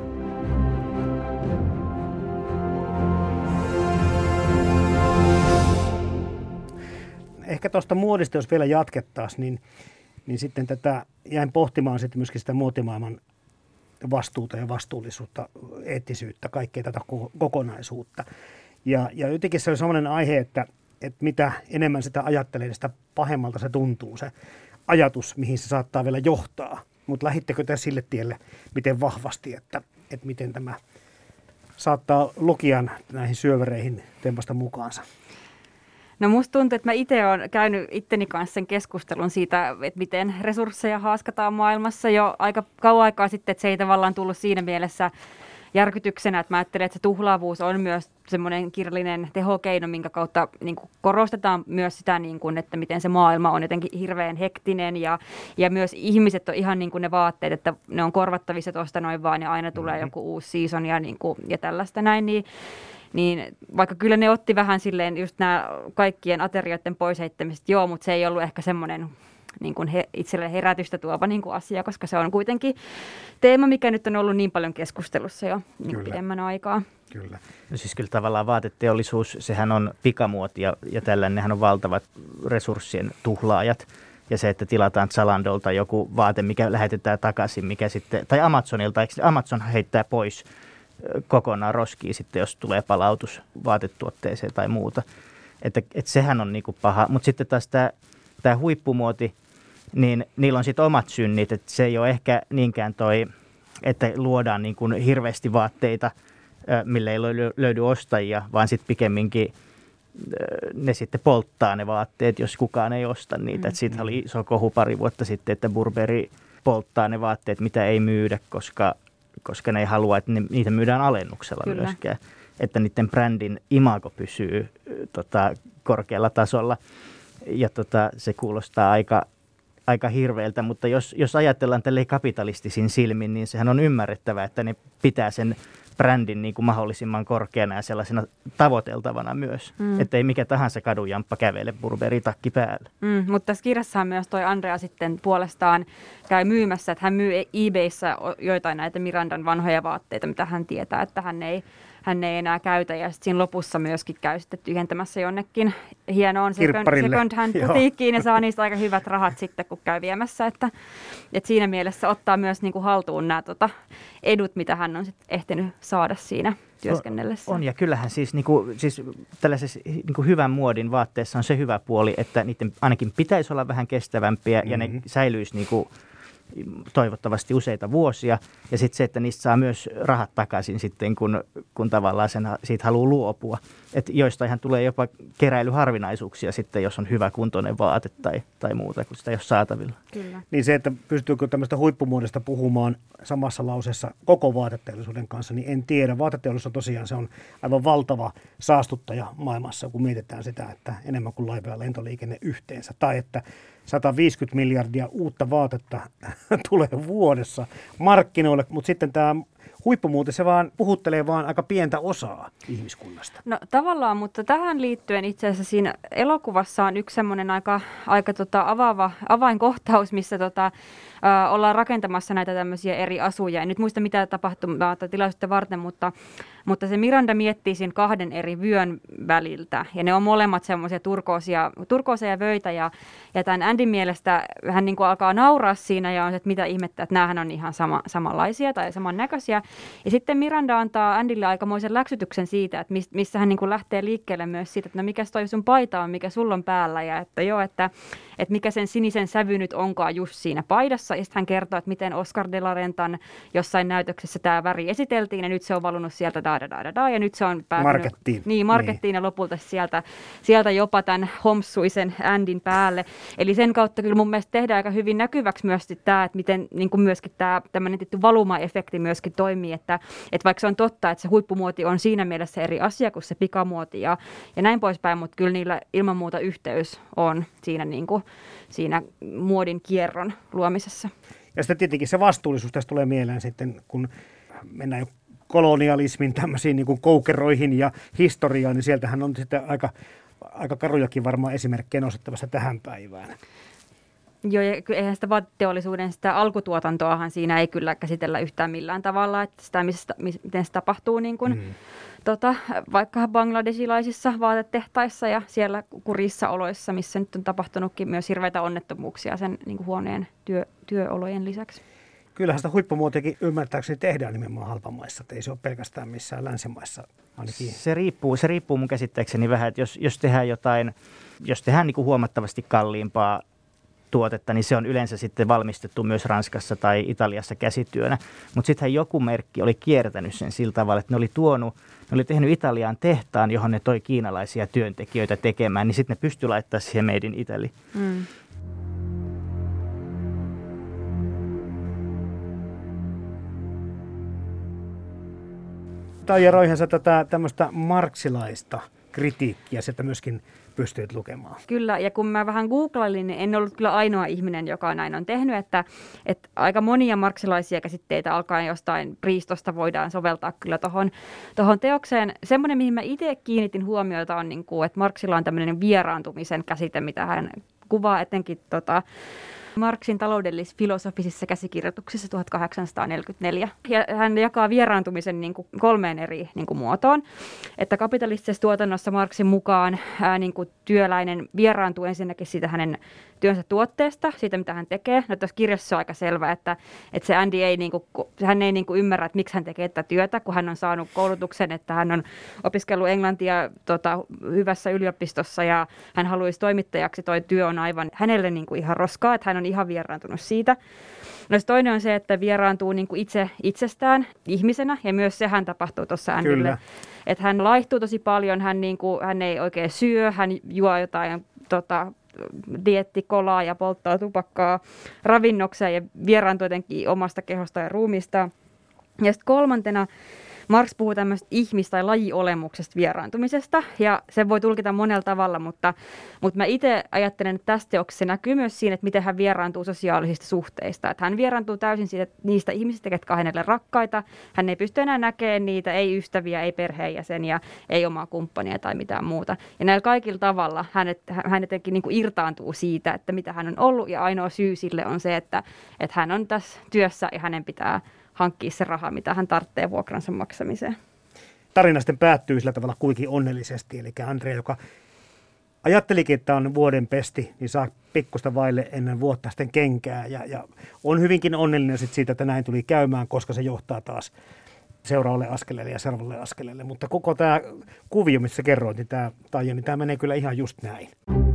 Ehkä tuosta muodista, jos vielä jatkettaisiin, niin, niin sitten tätä jäin pohtimaan sitten myöskin sitä muotimaailman vastuuta ja vastuullisuutta, eettisyyttä, kaikkea tätä kokonaisuutta. Ja, ja jotenkin se on sellainen aihe, että, että mitä enemmän sitä ajattelee, sitä pahemmalta se tuntuu, se ajatus, mihin se saattaa vielä johtaa. Mutta lähittekö te sille tielle miten vahvasti, että, että miten tämä saattaa lukijan näihin syövereihin tempasta mukaansa? No musta tuntuu, että mä itse olen käynyt itteni kanssa sen keskustelun siitä, että miten resursseja haaskataan maailmassa jo aika kauan aikaa sitten, että se ei tavallaan tullut siinä mielessä järkytyksenä, että mä ajattelen, että se tuhlaavuus on myös semmoinen kirjallinen tehokeino, minkä kautta niin kuin korostetaan myös sitä, niin kuin, että miten se maailma on jotenkin hirveän hektinen ja, ja myös ihmiset on ihan niin kuin ne vaatteet, että ne on korvattavissa tuosta noin vaan ja aina tulee mm-hmm. joku uusi season ja, niin kuin, ja tällaista näin, niin niin vaikka kyllä ne otti vähän silleen just nämä kaikkien aterioiden pois heittämiset, joo, mutta se ei ollut ehkä semmoinen niin kuin he, itselle herätystä tuova niin kuin asia, koska se on kuitenkin teema, mikä nyt on ollut niin paljon keskustelussa jo niin pidemmän aikaa. Kyllä. No siis kyllä tavallaan vaateteollisuus, sehän on pikamuoti ja, ja tällainen, nehän on valtavat resurssien tuhlaajat. Ja se, että tilataan Zalandolta joku vaate, mikä lähetetään takaisin, mikä sitten, tai Amazonilta, eikö Amazon heittää pois kokonaan roskiin sitten, jos tulee palautus vaatetuotteeseen tai muuta. Että, että sehän on niinku paha. Mutta sitten taas tämä, tämä huippumuoti, niin niillä on sitten omat synnit, että se ei ole ehkä niinkään toi, että luodaan niin kuin hirveästi vaatteita, mille ei löydy ostajia, vaan sitten pikemminkin ne sitten polttaa ne vaatteet, jos kukaan ei osta niitä. Mm-hmm. Siitä oli iso kohu pari vuotta sitten, että Burberry polttaa ne vaatteet, mitä ei myydä, koska, koska ne ei halua, että ne, niitä myydään alennuksella Kyllä. myöskään. Että niiden brändin imago pysyy tota, korkealla tasolla. Ja tota, se kuulostaa aika, aika hirveältä, mutta jos, jos ajatellaan tälleen kapitalistisin silmin, niin sehän on ymmärrettävää, että ne pitää sen brändin niin kuin mahdollisimman korkeana ja sellaisena tavoiteltavana myös. Mm. Että ei mikä tahansa kadunjamppa kävele Burberry-takki päällä. Mm, mutta tässä kirjassahan myös toi Andrea sitten puolestaan käy myymässä, että hän myy eBayssä joitain näitä Mirandan vanhoja vaatteita, mitä hän tietää, että hän ei, hän ei enää käytä. Ja sitten siinä lopussa myöskin käy sitten tyhjentämässä jonnekin hienoon second hand butiikkiin ja saa niistä aika hyvät rahat sitten, kun käy viemässä. Että, että siinä mielessä ottaa myös niin kuin haltuun nämä tota, edut, mitä hän on sitten ehtinyt saada siinä työskennellessä. On, on ja kyllähän siis, niin kuin, siis tällaisessa niin kuin hyvän muodin vaatteessa on se hyvä puoli, että niiden ainakin pitäisi olla vähän kestävämpiä mm-hmm. ja ne säilyisi niin kuin toivottavasti useita vuosia. Ja sitten se, että niistä saa myös rahat takaisin sitten, kun, kun tavallaan sen, siitä haluaa luopua. Että joistainhan tulee jopa keräilyharvinaisuuksia sitten, jos on hyvä kuntoinen vaate tai, tai muuta, kun sitä ei ole saatavilla. Kyllä. Niin se, että pystyykö tämmöistä huippumuodista puhumaan samassa lauseessa koko vaateteollisuuden kanssa, niin en tiedä. Vaateteollisuus on tosiaan se on aivan valtava saastuttaja maailmassa, kun mietitään sitä, että enemmän kuin laiva- ja lentoliikenne yhteensä. Tai että sata viisikymmentä miljardia uutta vaatetta tulee vuodessa markkinoille, mutta sitten tämä huippumuoti, se vaan puhuttelee vaan aika pientä osaa ihmiskunnasta. No tavallaan, mutta tähän liittyen itse asiassa siinä elokuvassa on yksi semmoinen aika, aika tota avaava avainkohtaus, missä tota, ä, ollaan rakentamassa näitä tämmöisiä eri asuja. En nyt muista mitä tapahtumaa tai tilaisuutta varten, mutta, mutta se Miranda miettii siinä kahden eri vyön väliltä. Ja ne on molemmat semmoisia turkoosia, turkoosia vöitä ja, ja tämän Andyn mielestä hän niin kuin alkaa nauraa siinä ja on se, että mitä ihmettä, että näähän on ihan sama, samanlaisia tai samannäköisiä. Ja sitten Miranda antaa Andylle aikamoisen läksytyksen siitä, että missä hän niin kuin lähtee liikkeelle myös siitä, että no mikä toi sun paita on, mikä sulla on päällä ja että joo, että, että mikä sen sinisen sävy nyt onkaan just siinä paidassa. Ja sitten hän kertoo, että miten Oscar de la Rentan jossain näytöksessä tämä väri esiteltiin ja nyt se on valunut sieltä da da da da, da ja nyt se on päätynyt markettiin, niin, markettiin niin. Ja lopulta sieltä, sieltä jopa tämän homsuisen Andyn päälle. Eli sen kautta kyllä mun mielestä tehdään aika hyvin näkyväksi myös tämä, että miten niin kuin myöskin tämä tämmöinen tietty valuma-efekti myöskin toimii, että, että vaikka se on totta, että se huippumuoti on siinä mielessä eri asia kuin se pikamuoti ja, ja näin poispäin, mutta kyllä niillä ilman muuta yhteys on siinä, niin kuin, siinä muodin kierron luomisessa. Ja sitten tietenkin se vastuullisuus tässä tulee mieleen sitten, kun mennään jo kolonialismin tämmöisiin niin kuin koukeroihin ja historiaan, niin sieltähän on sitten aika, aika karujakin varmaan esimerkkejä nostettavassa tähän päivään. Joo, ja eihän sitä vaateteollisuuden sitä alkutuotantoahan siinä ei kyllä käsitellä yhtään millään tavalla, että sitä, missä, miten se tapahtuu niin kuin, mm. tota, vaikka bangladesilaisissa vaatetehtaissa ja siellä kurissa oloissa, missä nyt on tapahtunutkin myös hirveitä onnettomuuksia sen niin kuin huoneen työ, työolojen lisäksi. Kyllähän sitä huippumuotiakin ymmärtääkseni tehdään nimenomaan halpamaissa, että ei se ole pelkästään missään länsimaissa ainakin. Se riippuu, se riippuu mun käsittääkseni vähän, että jos, jos tehdään jotain, jos tehdään niin kuin huomattavasti kalliimpaa tuotetta, niin se on yleensä sitten valmistettu myös Ranskassa tai Italiassa käsityönä. Mutta sittenhän joku merkki oli kiertänyt sen sillä tavalla, että ne oli tuonut, ne oli tehnyt Italiaan tehtaan, johon ne toi kiinalaisia työntekijöitä tekemään, niin sitten ne pystyi laittamaan siihen Made in Italy. Mm. Taija Roihansa tätä tämmöistä marksilaista kritiikkiä sieltä myöskin pystyit lukemaan. Kyllä, ja kun mä vähän googlailin, niin en ollut kyllä ainoa ihminen, joka näin on tehnyt, että, että aika monia marksilaisia käsitteitä alkaen jostain riistosta voidaan soveltaa kyllä tuohon tohon teokseen. Semmoinen, mihin mä itse kiinnitin huomiota, on, niin kuin, että Marxilla on tämmöinen vieraantumisen käsite, mitä hän kuvaa etenkin tota, Marxin taloudellis-filosofisissa käsikirjoituksissa tuhatkahdeksansataaneljäkymmentäneljä. Ja hän jakaa vieraantumisen niin kuin kolmeen eri niin kuin muotoon. Että kapitalistisessa tuotannossa Marxin mukaan ää, niin kuin työläinen vieraantuu ensinnäkin siitä hänen työnsä tuotteesta, siitä mitä hän tekee. No tuossa kirjassa on aika selvä, että, että se Andy ei, niin kuin, hän ei niin kuin ymmärrä, että miksi hän tekee tätä työtä, kun hän on saanut koulutuksen, että hän on opiskellut englantia tota, hyvässä yliopistossa ja hän haluaisi toimittajaksi. Toi työ on aivan hänelle niin kuin ihan roskaa, että hän on ihan vieraantunut siitä. No toinen on se, että vieraantuu niin kuin itse itsestään ihmisenä, ja myös sehän tapahtuu tuossa Andylle. Että hän laihtuu tosi paljon, hän, niin kuin, hän ei oikein syö, hän juo jotain tota, dieettikolaa ja polttaa tupakkaa ravinnokseen ja vieraantuu jotenkin omasta kehosta ja ruumiista. Ja sitten kolmantena Marx puhuu tämmöistä ihmis- tai lajiolemuksesta vieraantumisesta, ja se voi tulkita monella tavalla, mutta, mutta mä itse ajattelen, että tässä teoksessa se näkyy myös siinä, että miten hän vieraantuu sosiaalisista suhteista. Että hän vieraantuu täysin siitä, niistä ihmisistä, jotka on hänelle rakkaita. Hän ei pysty enää näkemään niitä, ei ystäviä, ei perheenjäseniä, ei omaa kumppania tai mitään muuta. Ja näillä kaikilla tavalla hänet, hän jotenkin niin kuin irtaantuu siitä, että mitä hän on ollut, ja ainoa syy sille on se, että, että hän on tässä työssä ja hänen pitää hankkia se raha, mitä hän tarvitsee vuokransa maksamiseen. Tarina sitten päättyy sillä tavalla kuitenkin onnellisesti. Eli Andrea, joka ajattelikin, että on vuoden pesti, niin saa pikkusta vaille ennen vuotta sitten kenkää. Ja, ja on hyvinkin onnellinen sit siitä, että näin tuli käymään, koska se johtaa taas seuraavalle askeleelle ja seuraavalle askeleelle. Mutta koko tämä kuvio, missä kerroit, niin tämä, Taija, niin tämä menee kyllä ihan just näin.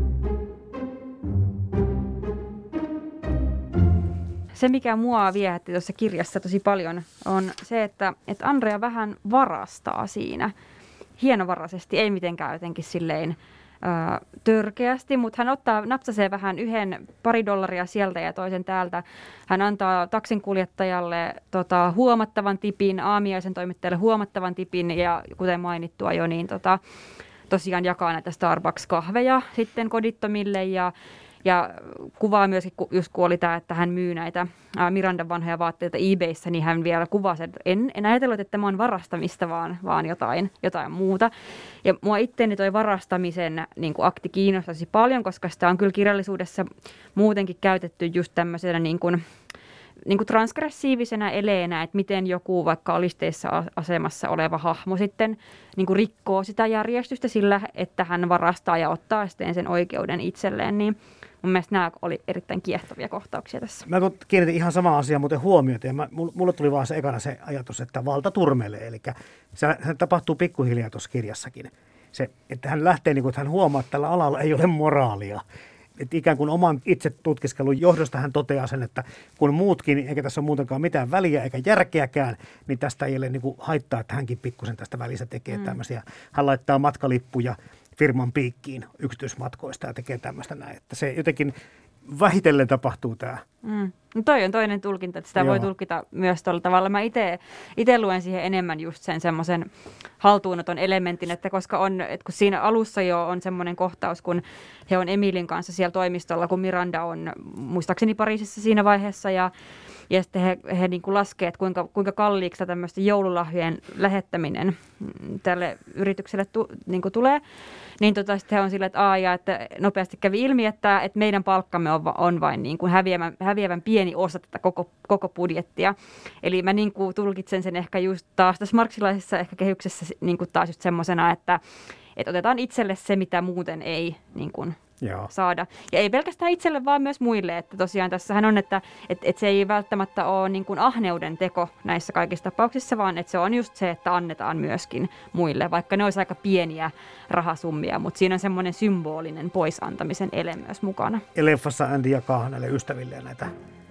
Se, mikä mua viehätti tuossa kirjassa tosi paljon, on se, että, että Andrea vähän varastaa siinä hienovaraisesti, ei mitenkään jotenkin silleen ää, törkeästi, mutta hän ottaa, napsasee vähän yhden pari dollaria sieltä ja toisen täältä. Hän antaa taksinkuljettajalle tota, huomattavan tipin, aamiaisen toimittajalle huomattavan tipin ja kuten mainittua jo, niin tota, tosiaan jakaa näitä Starbucks-kahveja sitten kodittomille ja Ja kuvaa myöskin, just kun oli tämä, että hän myy näitä Mirandan vanhoja vaatteita eBayssä, niin hän vielä kuvaa sen, että en, en ajatellut, että tämä on varastamista, vaan, vaan jotain, jotain muuta. Ja mua itteeni toi varastamisen niin kuin akti kiinnostaisi paljon, koska sitä on kyllä kirjallisuudessa muutenkin käytetty just tämmöisenä niin kuin, niin kuin transgressiivisena eleenä, että miten joku vaikka alisteisessa asemassa oleva hahmo sitten niin kuin rikkoo sitä järjestystä sillä, että hän varastaa ja ottaa sitten sen oikeuden itselleen, niin mun mielestä nämä oli erittäin kiehtovia kohtauksia tässä. Mä kiinnitin ihan sama asia muuten huomiota, ja mä, mulle tuli vaan se ekana se ajatus, että valta turmelee, eli se, se tapahtuu pikkuhiljaa tuossa kirjassakin. Se, että hän lähtee, niin kuin, että hän huomaa, että tällä alalla ei ole moraalia. Että ikään kuin oman itse tutkiskelun johdosta hän toteaa sen, että kun muutkin, eikä tässä ole muutenkaan mitään väliä eikä järkeäkään, niin tästä ei ole niin kuin haittaa, että hänkin pikkusen tästä välissä tekee mm. tämmöisiä. Hän laittaa matkalippuja firman piikkiin yksityismatkoista ja tekee tämmöistä näin. Että se jotenkin vähitellen tapahtuu tämä. Mm. No toi on toinen tulkinta, että sitä Joo. voi tulkita myös tuolla tavalla. Mä itse luen siihen enemmän just sen semmoisen haltuunoton elementin, että koska on, että kun siinä alussa jo on semmoinen kohtaus, kun he on Emilin kanssa siellä toimistolla, kun Miranda on muistaakseni Pariisissa siinä vaiheessa ja Ja sitten he, he niin kuin laskee, että kuinka, kuinka kalliiksi tämmöisten joululahjojen lähettäminen tälle yritykselle tu, niin kuin tulee. Niin tota, sitten he on silleen, että, ja, että nopeasti kävi ilmi, että, että meidän palkkamme on, on vain niin kuin häviävän, häviävän pieni osa tätä koko, koko budjettia. Eli mä niin kuin tulkitsen sen ehkä just taas tässä marksilaisessa ehkä kehyksessä niin kuin taas just semmoisena, että, että otetaan itselle se, mitä muuten ei niin kuin Joo. saada. Ja ei pelkästään itselle, vaan myös muille. Että tosiaan tässähän on, että, että, että se ei välttämättä ole niin kuin ahneuden teko näissä kaikissa tapauksissa, vaan että se on just se, että annetaan myöskin muille, vaikka ne olisi aika pieniä rahasummia, mutta siinä on semmoinen symbolinen poisantamisen ele myös mukana. Ja leffassa Andy jakaa näille ystäville näitä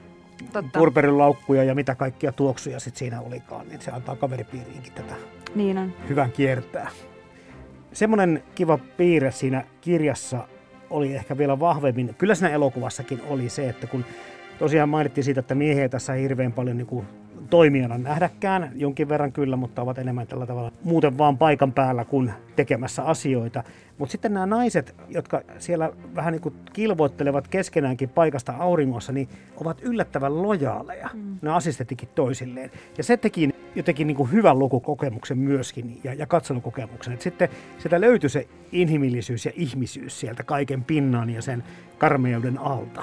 Burberryn laukkuja ja mitä kaikkia tuoksuja sitten siinä olikaan, niin se antaa kaveripiiriinkin tätä niin on. Hyvän kiertää. Semmoinen kiva piirre siinä kirjassa oli ehkä vielä vahvemmin, kyllä siinä elokuvassakin oli se, että kun tosiaan mainittiin siitä, että miehiä tässä ei hirveän paljon niin kuin toimijana nähdäkään, jonkin verran kyllä, mutta ovat enemmän tällä tavalla muuten vaan paikan päällä kuin tekemässä asioita, Mutta sitten nämä naiset, jotka siellä vähän niin kuin kilvoittelevat keskenäänkin paikasta auringossa, niin ovat yllättävän lojaaleja. Mm. Ne assistentikin toisilleen. Ja se teki jotenkin niin kuin hyvän lukukokemuksen myöskin ja, ja katselukokemuksen. Et sitten sieltä löytyi se inhimillisyys ja ihmisyys sieltä kaiken pinnan ja sen karmeuden alta.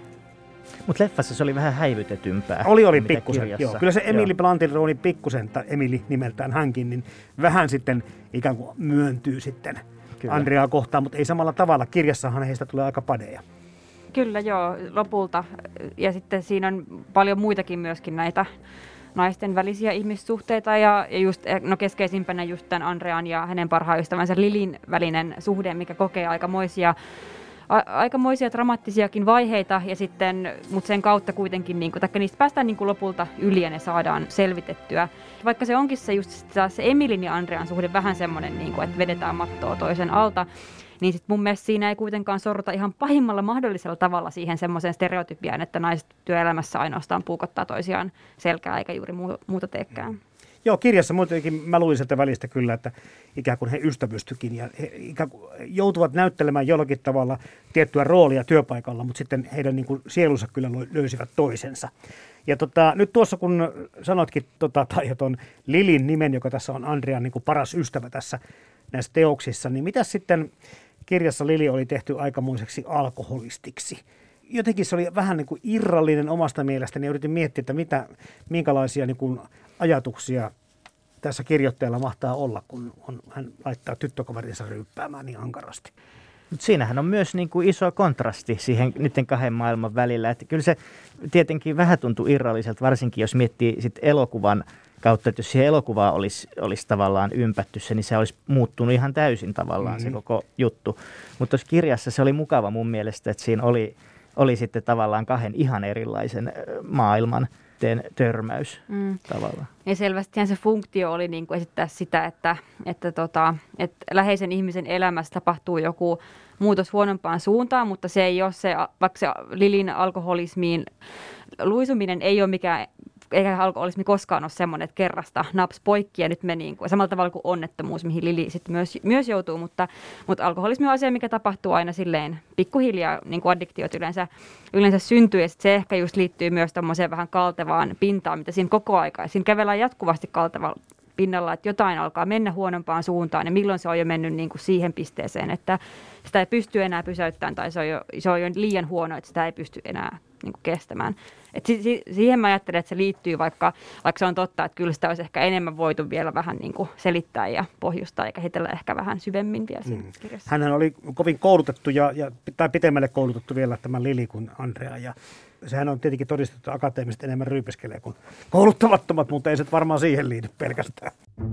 Mutta leffassa se oli vähän häivytetympää. Oli, oli pikkusen, joo. Kyllä se Emily Bluntilla oli pikkusen, tai Emily nimeltään hänkin, niin vähän sitten ikään kuin myöntyy sitten Kyllä. Andreaa kohtaan, mutta ei samalla tavalla. Kirjassahan heistä tulee aika padeja. Kyllä joo, lopulta. Ja sitten siinä on paljon muitakin myöskin näitä naisten välisiä ihmissuhteita ja, ja just, no keskeisimpänä just tämän Andrean ja hänen parhaan ystävänsä Lilin välinen suhde, mikä kokee aikamoisia aikamoisia dramaattisiakin vaiheita, ja sitten, mutta sen kautta kuitenkin, niin kuin, taikka niistä päästään niin kuin lopulta yli ja ne saadaan selvitettyä. Vaikka se onkin se just se Emilin ja Andrean suhde vähän semmoinen, niin kuin, että vedetään mattoa toisen alta, niin sit mun mielestä siinä ei kuitenkaan sorruta ihan pahimmalla mahdollisella tavalla siihen semmoiseen stereotypiaan, että naiset työelämässä ainoastaan puukottaa toisiaan selkää eikä juuri muuta teekään. Joo, kirjassa muutenkin mä luin sieltä välistä kyllä, että ikään kuin he ystävystyikin ja he ikään kuin joutuvat näyttelemään jollakin tavalla tiettyä roolia työpaikalla, mutta sitten heidän niin kuin sielunsa kyllä löysivät toisensa. Ja tota, nyt tuossa kun sanotkin tota, tai ton Lilin nimen, joka tässä on Andrean niin kuin paras ystävä tässä näissä teoksissa, niin mitä sitten kirjassa Lili oli tehty aikamoiseksi alkoholistiksi? Jotenkin se oli vähän niin kuin irrallinen omasta mielestäni ja yritin miettiä, että mitä, minkälaisia niin kuin ajatuksia tässä kirjoittajalla mahtaa olla, kun on, hän laittaa tyttökaverinsa ryyppäämään niin ankarasti. Mutta siinähän on myös niin kuin iso kontrasti siihen niiden kahden maailman välillä. Että kyllä se tietenkin vähän tuntuu irralliselta, varsinkin jos miettii sit elokuvan kautta, että jos siihen elokuvaan olisi, olisi tavallaan ympätty se, niin se olisi muuttunut ihan täysin tavallaan mm-hmm. se koko juttu. Mutta tuossa kirjassa se oli mukava mun mielestä, että siinä oli, oli sitten tavallaan kahden ihan erilaisen maailman törmäys mm. tavallaan. Ja selvästihän se funktio oli niin kuin esittää sitä, että, että, tota, että läheisen ihmisen elämässä tapahtuu joku muutos huonompaan suuntaan, mutta se ei ole se, vaikka se Lilin alkoholismiin luisuminen ei ole mikään, eikä alkoholismi koskaan ole semmoinen, että kerrasta naps poikki ja nyt me niin kuin, samalla tavalla kuin onnettomuus, mihin Lili sitten myös, myös joutuu, mutta, mutta alkoholismi on asia, mikä tapahtuu aina silleen pikkuhiljaa, niin kuin addiktiot yleensä, yleensä syntyy, ja se ehkä just liittyy myös tommoseen vähän kaltevaan pintaan, mitä siinä koko aika, siinä kävellään jatkuvasti kaltevalla pinnalla, että jotain alkaa mennä huonompaan suuntaan, ja milloin se on jo mennyt niin kuin siihen pisteeseen, että sitä ei pysty enää pysäyttämään, tai se on jo, se on jo liian huono, että sitä ei pysty enää niin kuin kestämään. Et si- si- siihen mä ajattelen, että se liittyy, vaikka, vaikka se on totta, että kyllä sitä olisi ehkä enemmän voitu vielä vähän niin kuin selittää ja pohjustaa ja käsitellä ehkä vähän syvemmin vielä siinä mm. kirjassa. Hänhän oli kovin koulutettu ja, ja, tai pitemmälle koulutettu vielä tämä Lili kuin Andrea, ja sehän on tietenkin todistettu, että akateemiset enemmän ryypiskelee kuin kouluttamattomat, mutta ei se varmaan siihen liity pelkästään.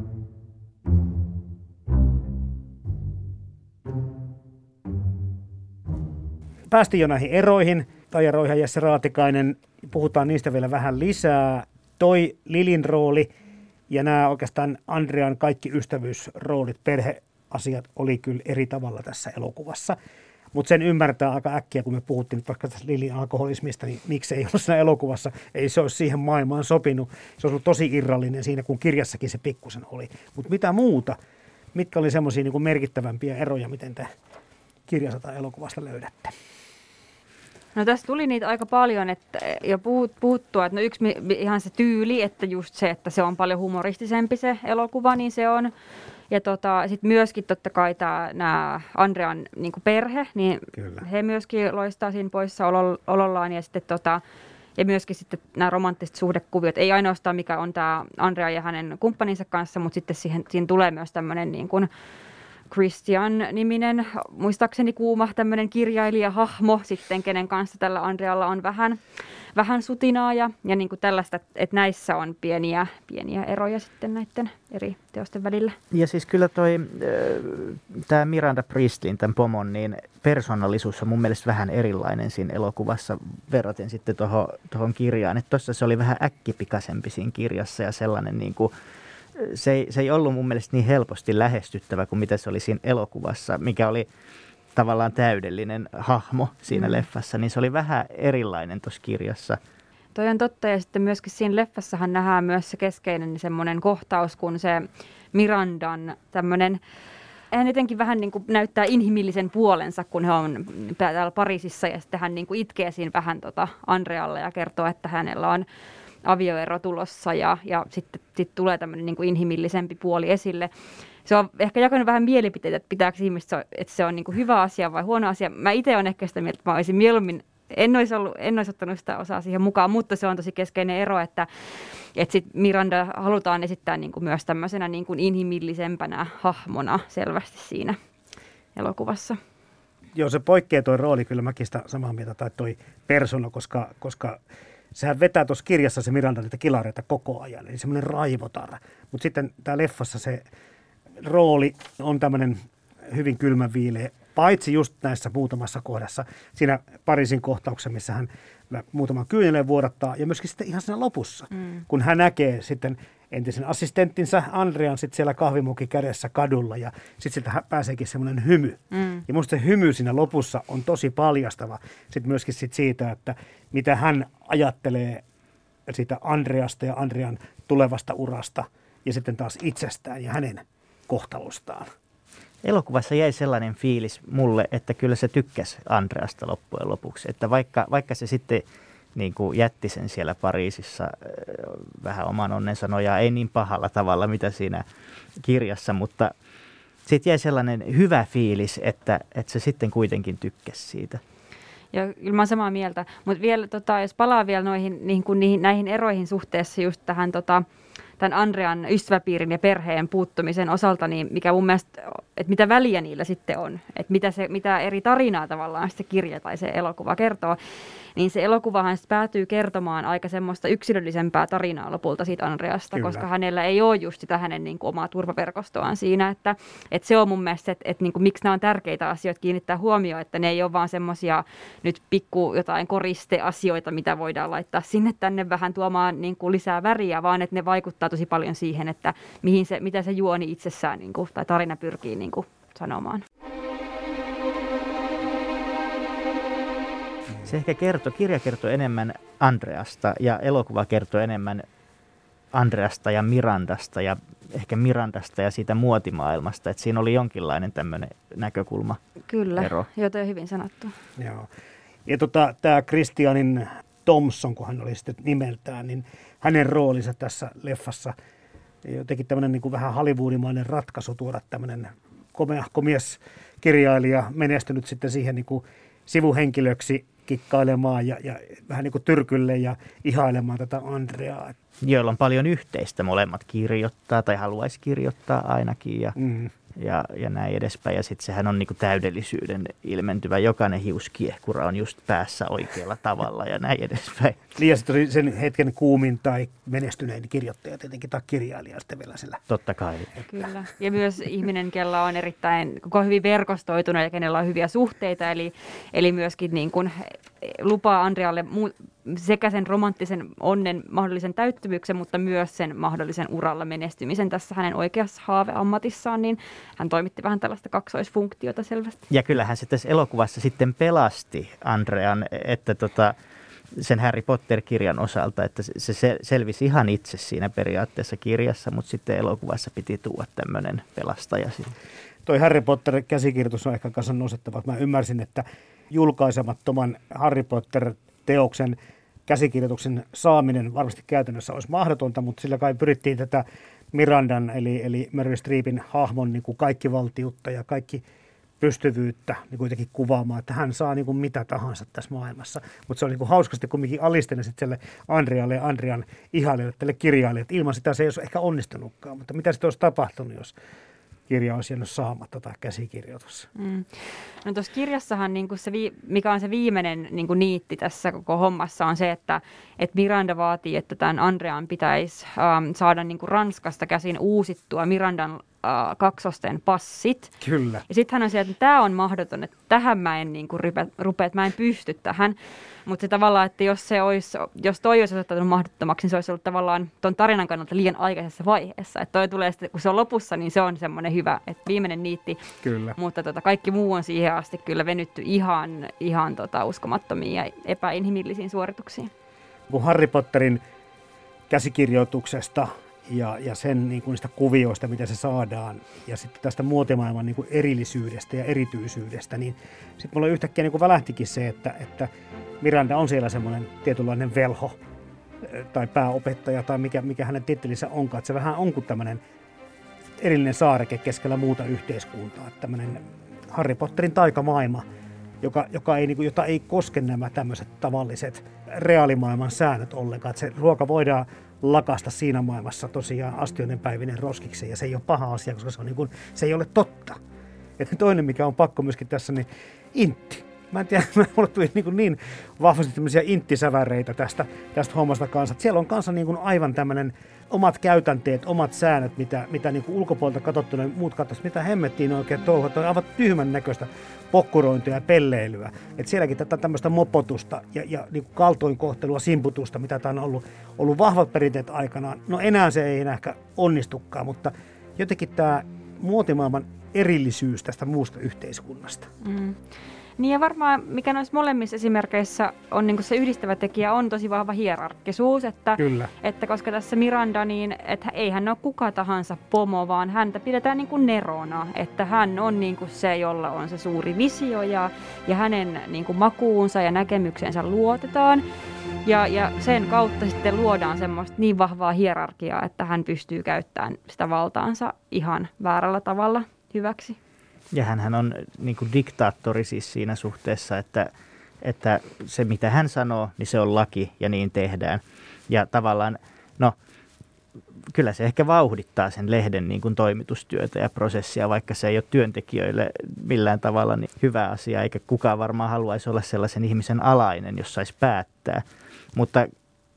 Päästiin jo näihin eroihin. Taija Roiha ja Jesse Raatikainen, puhutaan niistä vielä vähän lisää. Toi Lilin rooli ja nämä oikeastaan Andrean kaikki ystävyysroolit, perheasiat oli kyllä eri tavalla tässä elokuvassa. Mutta sen ymmärtää aika äkkiä, kun me puhuttiin vaikka tästä Lilin alkoholismista, niin miksi ei ollut siinä elokuvassa. Ei se olisi siihen maailmaan sopinut. Se olisi ollut tosi irrallinen siinä, kun kirjassakin se pikkusen oli. Mutta mitä muuta? Mitkä oli semmoisia niin kuin merkittävämpiä eroja, miten te kirjasta tai elokuvasta löydätte? No tässä tuli niitä aika paljon, että jo puhuttua, että no yksi ihan se tyyli, että just se, että se on paljon humoristisempi se elokuva, niin se on. Ja tota, sitten myöskin totta kai nämä Andrean niin kuin perhe, niin Kyllä. he myöskin loistaa siinä poissaolollaan ja sitten tota, ja myöskin sitten nämä romanttiset suhdekuviot, ei ainoastaan mikä on tämä Andrea ja hänen kumppaninsa kanssa, mutta sitten siihen, siihen tulee myös tämmöinen niin kuin Christian-niminen, muistaakseni kuuma tämmöinen kirjailijahahmo sitten, kenen kanssa tällä Andrealla on vähän, vähän sutinaa ja, ja niin kuin tällaista, että näissä on pieniä, pieniä eroja sitten näiden eri teosten välillä. Ja siis kyllä toi, tämä Miranda Priestlin, tämän pomon, niin persoonallisuus on mun mielestä vähän erilainen siinä elokuvassa verraten sitten tuohon, tuohon kirjaan. Että tuossa se oli vähän äkkipikaisempi siinä kirjassa ja sellainen niin kuin Se ei, se ei ollut mun mielestä niin helposti lähestyttävä kuin mitä se oli siinä elokuvassa, mikä oli tavallaan täydellinen hahmo siinä mm. leffassa, niin se oli vähän erilainen tuossa kirjassa. Toi on totta, ja sitten myöskin siinä leffassahan nähdään myös se keskeinen semmoinen kohtaus, kun se Mirandan tämmöinen hän jotenkin vähän niin kuin näyttää inhimillisen puolensa, kun hän on täällä Pariisissa ja sitten hän niin kuin itkee siinä vähän tota Andrealle ja kertoo, että hänellä on avioero tulossa ja, ja sitten sit tulee tämmöinen niin kuin inhimillisempi puoli esille. Se on ehkä jakanut vähän mielipiteitä, että pitääkö ihmistä, että se on niin kuin hyvä asia vai huono asia. Mä itse olen ehkä sitä mieltä, että mä olisin mieluummin, en olisi, ollut, en olisi ottanut sitä osaa siihen mukaan, mutta se on tosi keskeinen ero, että, että sit Miranda halutaan esittää niin kuin myös tämmöisenä niin kuin inhimillisempänä hahmona selvästi siinä elokuvassa. Joo, se poikkeaa toi rooli kyllä mäkin sitä samaa mieltä, tai toi persona, koska, koska sehän vetää tuossa kirjassa se Miranda niitä kilareita koko ajan, eli semmoinen raivotar. Mutta sitten tää leffassa se rooli on tämmöinen hyvin kylmänviileä, paitsi just näissä muutamassa kohdassa. Siinä Pariisin kohtauksessa, missä hän muutaman kyyneleen vuodattaa, ja myöskin sitten ihan siinä lopussa, mm. kun hän näkee sitten entisen assistenttinsa Andrean sitten siellä kahvimukin kädessä kadulla, ja sitten siltä pääseekin semmoinen hymy. Mm. Ja musta se hymy siinä lopussa on tosi paljastava sitten myöskin sit siitä, että mitä hän ajattelee siitä Andreasta ja Andrean tulevasta urasta, ja sitten taas itsestään ja hänen kohtalostaan. Elokuvassa jäi sellainen fiilis mulle, että kyllä se tykkäsi Andreasta loppujen lopuksi. Että vaikka, vaikka se sitten niin kuin jätti sen siellä Pariisissa vähän oman onnensa nojaa, ei niin pahalla tavalla, mitä siinä kirjassa, mutta sitten jäi sellainen hyvä fiilis, että, että se sitten kuitenkin tykkäsi siitä. Ja kyllä mä oon samaa mieltä, mutta vielä, tota, jos palaa vielä noihin, niin kuin niihin, näihin eroihin suhteessa just tähän tota, tämän Andrean ystäväpiirin ja perheen puuttumisen osalta, niin mikä mun mielestä, että mitä väliä niillä sitten on, että mitä, se, mitä eri tarinaa tavallaan se kirja tai se elokuva kertoo, niin se elokuvahan päätyy kertomaan aika semmoista yksilöllisempää tarinaa lopulta siitä Andreasta, Kyllä. koska hänellä ei ole just sitä hänen niin kuin omaa turvaverkostoaan siinä, että, että se on mun mielestä, että, että niin kuin, miksi nämä on tärkeitä asioita kiinnittää huomioon, että ne ei ole vaan semmoisia nyt pikku jotain koristeasioita, mitä voidaan laittaa sinne tänne vähän tuomaan niin kuin lisää väriä, vaan että ne vaikuttaa tosi paljon siihen, että mihin se, mitä se juoni itsessään niin kuin, tai tarina pyrkii niin kuin, sanomaan. Se ehkä kertoo, kirja kertoo enemmän Andreasta ja elokuva kertoo enemmän Andreasta ja Mirandasta ja ehkä Mirandasta ja siitä muotimaailmasta. Että siinä oli jonkinlainen tämmöinen näkökulma. Kyllä, ero. joten hyvin sanottu. Joo. Ja tota, tämä Christianin Thompson, kun hän oli sitten nimeltään, niin hänen roolinsa tässä leffassa jotenkin tämmöinen niin kuin vähän hollywoodimainen ratkaisu tuoda tämmöinen komeahko mies kirjailija menestynyt sitten siihen niin kuin sivuhenkilöksi kikkailemaan ja, ja vähän niin kuin tyrkylle ja ihailemaan tätä Andreaa. Joilla on paljon yhteistä. Molemmat kirjoittaa tai haluaisi kirjoittaa ainakin ja, mm. ja, ja näin edespäin. Ja sitten sehän on niin kuin täydellisyyden ilmentyvä. Jokainen hiuskiehkura on just päässä oikealla tavalla ja näin edespäin. Niin ja sitten sen hetken kuumin tai menestynein kirjoittaja tietenkin tai kirjailija sitten vielä sillä. Totta kai. Kyllä. Ja myös ihminen, kella on erittäin koko hyvin verkostoitunut ja kenellä on hyviä suhteita. Eli, eli myöskin niin kuin lupaa Andrealle sekä sen romanttisen onnen mahdollisen täyttymyksen, mutta myös sen mahdollisen uralla menestymisen tässä hänen oikeassa haaveammatissaan, niin hän toimitti vähän tällaista kaksoisfunktiota selvästi. Ja kyllähän se tässä elokuvassa sitten pelasti Andrean, että tota, sen Harry Potter-kirjan osalta, että se selvisi ihan itse siinä periaatteessa kirjassa, mutta sitten elokuvassa piti tuoda tämmöinen pelastaja. Toi Harry Potter-käsikirjoitus on ehkä kanssa nostettava. Mä ymmärsin, että julkaisemattoman Harry Potter-teoksen käsikirjoituksen saaminen varmasti käytännössä olisi mahdotonta, mutta sillä kai pyrittiin tätä Mirandan eli, eli Meryl Streepin hahmon niin kuin kaikkivaltiutta ja kaikki pystyvyyttä niin kuitenkin kuvaamaan, että hän saa niin kuin mitä tahansa tässä maailmassa. Mutta se on niin kuin hauskasti kumminkin alistinen sitten sille Andrealle ja Andrean ihailijalle, tälle kirjailijalle. Ilman sitä se ei olisi ehkä onnistunutkaan, mutta mitä sitten olisi tapahtunut, jos kirja olisi jäänyt saamatta tai käsikirjoitus. Mm. No tuossa kirjassahan niin kuin se, mikä on se viimeinen niin kuin niitti tässä koko hommassa on se, että, että Miranda vaatii, että tämän Andrean pitäisi ähm, saada niin kuin Ranskasta käsin uusittua Mirandan äh, kaksosten passit. Kyllä. Ja sitten hän on se, että tämä on mahdoton, että tähän mä en niin kuin rupea, rupea, että mä en pysty tähän. Mutta se tavallaan, että jos, se olisi, jos toi olisi osoittanut mahdottomaksi, niin se olisi ollut tavallaan tuon tarinan kannalta liian aikaisessa vaiheessa. Että toi tulee sitten, kun se on lopussa, niin se on semmoinen hyvä, että viimeinen niitti. Kyllä. Mutta tota, kaikki muu on siihen asti kyllä venytty ihan, ihan tota, uskomattomiin ja epäinhimillisiin suorituksiin. Kun Harry Potterin käsikirjoituksesta ja, ja sen niin kuin niistä kuvioista, mitä se saadaan, ja sitten tästä muotimaailman niin kuin erillisyydestä ja erityisyydestä, niin sitten mulla yhtäkkiä niin kuin välähtikin se, että, että Miranda on siellä semmoinen tietynlainen velho tai pääopettaja tai mikä, mikä hänen tittelinsä onkaan, että se vähän on kuin tämmöinen erillinen saareke keskellä muuta yhteiskuntaa, että tämmöinen Harry Potterin taikamaailma, joka, joka ei, niin kuin, jota ei koske nämä tämmöiset tavalliset reaalimaailman säännöt ollenkaan, että se ruoka voidaan lakasta siinä maailmassa tosiaan astioiden päivinen roskiksi, ja se ei ole paha asia, koska se, on niin kuin, se ei ole totta. Ja toinen, mikä on pakko myöskin tässä, niin intti. Mä en tiedä, mulle tuli niin, niin vahvasti tämmöisiä inttisäväreitä tästä, tästä hommasta kanssa. Että siellä on kanssa niin kuin aivan tämmöinen omat käytänteet, omat säännöt, mitä, mitä niin kuin ulkopuolelta katsottuna muut katsoisivat, mitä hemmettiin oikein touhua. On aivan tyhmän näköistä pokkurointia ja pelleilyä. Että sielläkin tätä tämmöistä mopotusta ja, ja niin kuin kaltoinkohtelua, simputusta, mitä tämä on ollut, ollut vahvat perinteet aikanaan. No enää se ei enää ehkä onnistukaan, mutta jotenkin tämä muotimaailman erillisyys tästä muusta yhteiskunnasta. Mm. Niin ja varmaan, mikä noissa molemmissa esimerkkeissä on niin kuin se yhdistävä tekijä, on tosi vahva hierarkkisuus, että, että koska tässä Miranda, niin että ei hän ole kuka tahansa pomo, vaan häntä pidetään niin kuin nerona, että hän on niin kuin se, jolla on se suuri visio ja, ja hänen niin kuin makuunsa ja näkemyksensä luotetaan. Ja, ja sen kautta sitten luodaan semmoista niin vahvaa hierarkiaa, että hän pystyy käyttämään sitä valtaansa ihan väärällä tavalla hyväksi. Ja hänhän on niin kuin diktaattori siis siinä suhteessa, että, että se mitä hän sanoo, niin se on laki ja niin tehdään. Ja tavallaan, no kyllä se ehkä vauhdittaa sen lehden niin kuin toimitustyötä ja prosessia, vaikka se ei ole työntekijöille millään tavalla niin hyvä asia, eikä kukaan varmaan haluaisi olla sellaisen ihmisen alainen, jos saisi päättää. Mutta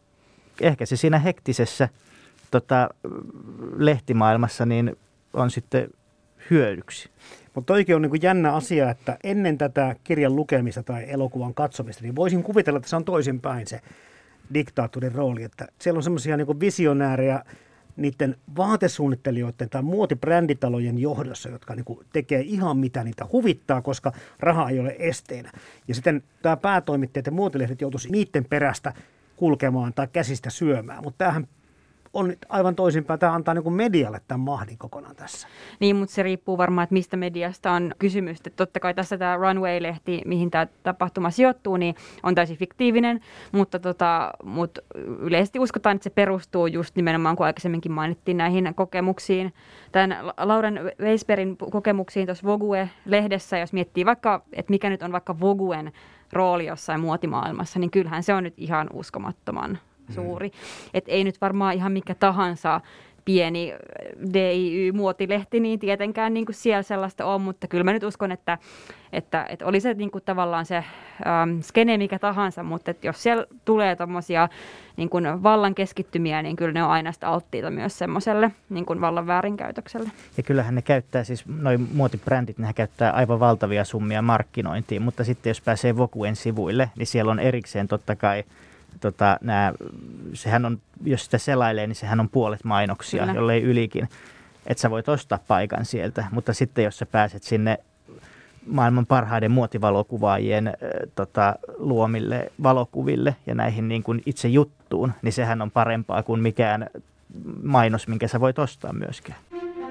ehkä se siinä hektisessä tota, lehtimaailmassa niin on sitten hyödyksi. Mutta toikin on niin kuin jännä asia, että ennen tätä kirjan lukemista tai elokuvan katsomista, niin voisin kuvitella, että se on toisinpäin se diktaattorin rooli. Että siellä on semmoisia niin kuin visionäärejä niiden vaatesuunnittelijoiden tai muotibränditalojen johdossa, jotka niin kuin tekee ihan mitä niitä huvittaa, koska raha ei ole esteenä. Ja sitten tämä päätoimittajat ja muotilehdet joutuisi niiden perästä kulkemaan tai käsistä syömään. Mutta tämähän on nyt aivan toisinpäin. Tämä antaa niin kuin medialle tämän mahdin kokonaan tässä. Niin, mutta se riippuu varmaan, että mistä mediasta on kysymys. Että totta kai tässä tämä Runway-lehti, mihin tämä tapahtuma sijoittuu, niin on täysin fiktiivinen, mutta, tota, mutta yleisesti uskotaan, että se perustuu just nimenomaan, kun aikaisemminkin mainittiin näihin kokemuksiin. Tämän Lauren Weisbergin kokemuksiin tuossa Vogue-lehdessä, jos miettii vaikka, että mikä nyt on vaikka Voguen rooli jossain muotimaailmassa, niin kyllähän se on nyt ihan uskomattoman suuri. Mm. Että ei nyt varmaan ihan mikä tahansa pieni D I Y-muotilehti, niin tietenkään niin kuin siellä sellaista on, mutta kyllä mä nyt uskon, että, että, että oli se niin kuin tavallaan se ähm, skene mikä tahansa, mutta että jos siellä tulee tommosia niin kuin vallan keskittymiä, niin kyllä ne on aina sitä alttiita myös semmoiselle niin kuin vallan väärinkäytökselle. Ja kyllähän ne käyttää, siis noi muotibrändit, nehän käyttää aivan valtavia summia markkinointiin, mutta sitten jos pääsee Voguen sivuille, niin siellä on erikseen totta kai Tota, nää, sehän on, jos sitä selailee, niin sehän on puolet mainoksia, Kyllä. jollei ylikin. Että sä voit ostaa paikan sieltä, mutta sitten jos sä pääset sinne maailman parhaiden muotivalokuvaajien äh, tota, luomille valokuville ja näihin niin kuin itse juttuun, niin sehän on parempaa kuin mikään mainos, minkä sä voit ostaa myöskään.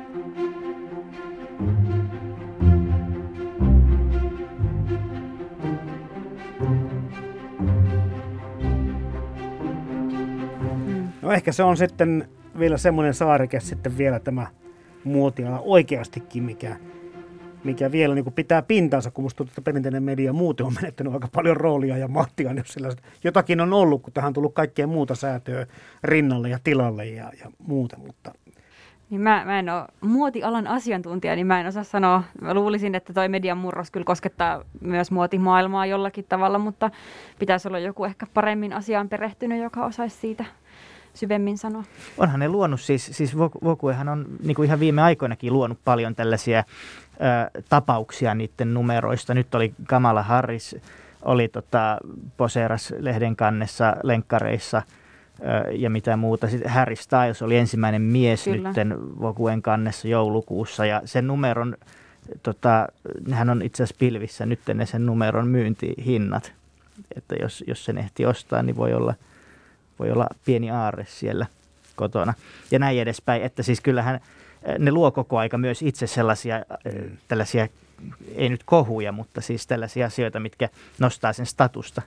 No ehkä se on sitten vielä semmoinen saareke sitten vielä tämä muotiala oikeastikin, mikä, mikä vielä niin kuin pitää pintansa, kun musta tuntuu, että perinteinen media muuten on menettänyt aika paljon roolia ja mahtia, jos jotakin on ollut, kun tähän on tullut kaikkea muuta säätöä rinnalle ja tilalle ja, ja muuta, mutta Niin mä, mä en ole muotialan asiantuntija, niin mä en osaa sanoa. Mä luulisin, että toi median murros kyllä koskettaa myös muotimaailmaa jollakin tavalla, mutta pitäisi olla joku ehkä paremmin asiaan perehtynyt, joka osaisi siitä syvemmin sanoa. Onhan ne luonut, siis, siis Voguehan on niin kuin ihan viime aikoinakin luonut paljon tällaisia ö, tapauksia niiden numeroista. Nyt oli Kamala Harris, oli tota, poseeras lehden kannessa, lenkkareissa ö, ja mitä muuta. Sitten Harry Styles oli ensimmäinen mies Kyllä. nytten Voguen kannessa joulukuussa ja sen numeron, tota, nehän on itse asiassa pilvissä nyt ne sen numeron myyntihinnat. Että jos, jos sen ehti ostaa, niin voi olla Voi olla pieni aarre siellä kotona ja näin edespäin. Että siis kyllähän ne luo koko aika myös itse sellaisia mm. tällaisia, ei nyt kohuja, mutta siis tällaisia asioita, mitkä nostaa sen statusta.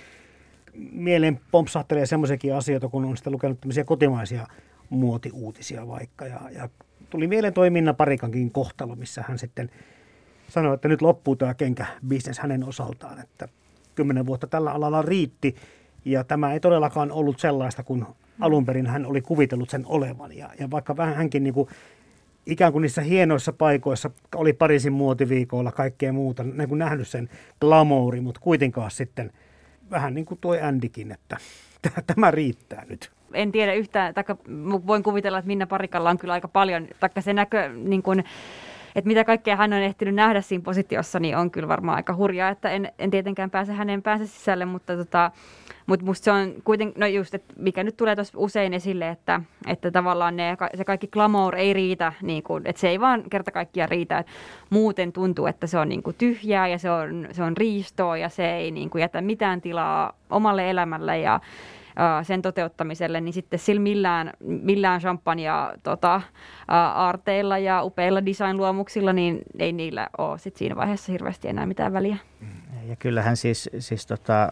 Mieleen pompsahtelee semmoisiakin asioita, kun on sitten lukenut tämmöisiä kotimaisia muotiuutisia vaikka. Ja, ja tuli mieleen toi Minna Parikankin kohtalo, missä hän sitten sanoi, että nyt loppuu tämä kenkäbisnes hänen osaltaan, että kymmenen vuotta tällä alalla riitti. Ja tämä ei todellakaan ollut sellaista, kun alun perin hän oli kuvitellut sen olevan. Ja, ja vaikka vähän hänkin niin kuin, ikään kuin niissä hienoissa paikoissa oli Pariisin muotiviikoilla kaikkea muuta, niin kuin nähnyt sen glamouri, mutta kuitenkaan sitten vähän niin kuin tuo Andykin, että tämä riittää nyt. En tiedä yhtään, taikka voin kuvitella, että Minna Parikalla on kyllä aika paljon, taikka se näkö, niin kuin, että mitä kaikkea hän on ehtinyt nähdä siinä positiossa, niin on kyllä varmaan aika hurjaa, että en, en tietenkään pääse hänen päänsä sisälle, mutta tota, Mutta musta se on kuitenkin, no just, että mikä nyt tulee tuossa usein esille, että, että tavallaan ne, se kaikki glamour ei riitä, niin kuin, että se ei vaan kerta kaikkiaan riitä. Että muuten tuntuu, että se on niin kuin tyhjää ja se on, se on riistoa ja se ei niin kuin jätä mitään tilaa omalle elämälle ja uh, sen toteuttamiselle, niin sitten sillä millään, millään champagne ja tota, uh, aarteilla ja upeilla design-luomuksilla, niin ei niillä ole sit siinä vaiheessa hirveästi enää mitään väliä. Ja kyllähän siis, siis tota...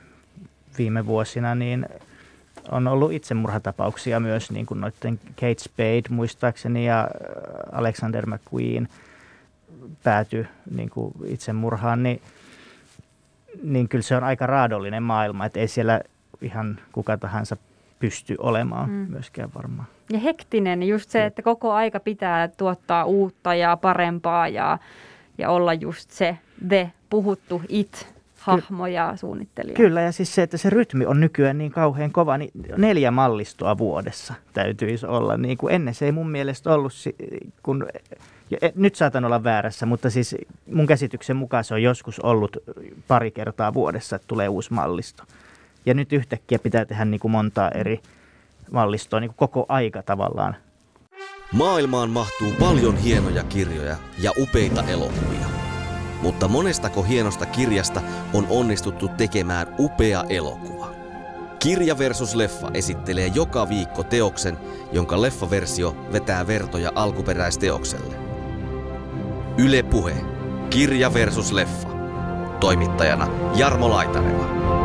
viime vuosina niin on ollut itsemurhatapauksia myös, niin kuin noiden Kate Spade muistaakseni ja Alexander McQueen päätyi niin kuin itsemurhaan, niin, niin kyllä se on aika raadollinen maailma, että ei siellä ihan kuka tahansa pysty olemaan mm. myöskään varmaan. Ja hektinen, just se, että koko aika pitää tuottaa uutta ja parempaa ja, ja olla just se the puhuttu it. Hahmo ja suunnittelija. Kyllä, ja siis se, että se rytmi on nykyään niin kauhean kova, niin neljä mallistoa vuodessa täytyisi olla. Niin kuin ennen se ei mun mielestä ollut, kun, nyt saatan olla väärässä, mutta siis mun käsityksen mukaan se on joskus ollut pari kertaa vuodessa, että tulee uusi mallisto. Ja nyt yhtäkkiä pitää tehdä niin kuin montaa eri mallistoa niin kuin koko aika tavallaan. Maailmaan mahtuu paljon hienoja kirjoja ja upeita elokuvia. Mutta monestako hienosta kirjasta on onnistuttu tekemään upea elokuva? Kirja versus leffa esittelee joka viikko teoksen, jonka leffaversio vetää vertoja alkuperäisteokselle. Yle Puhe. Kirja versus leffa. Toimittajana Jarmo Laitaneva.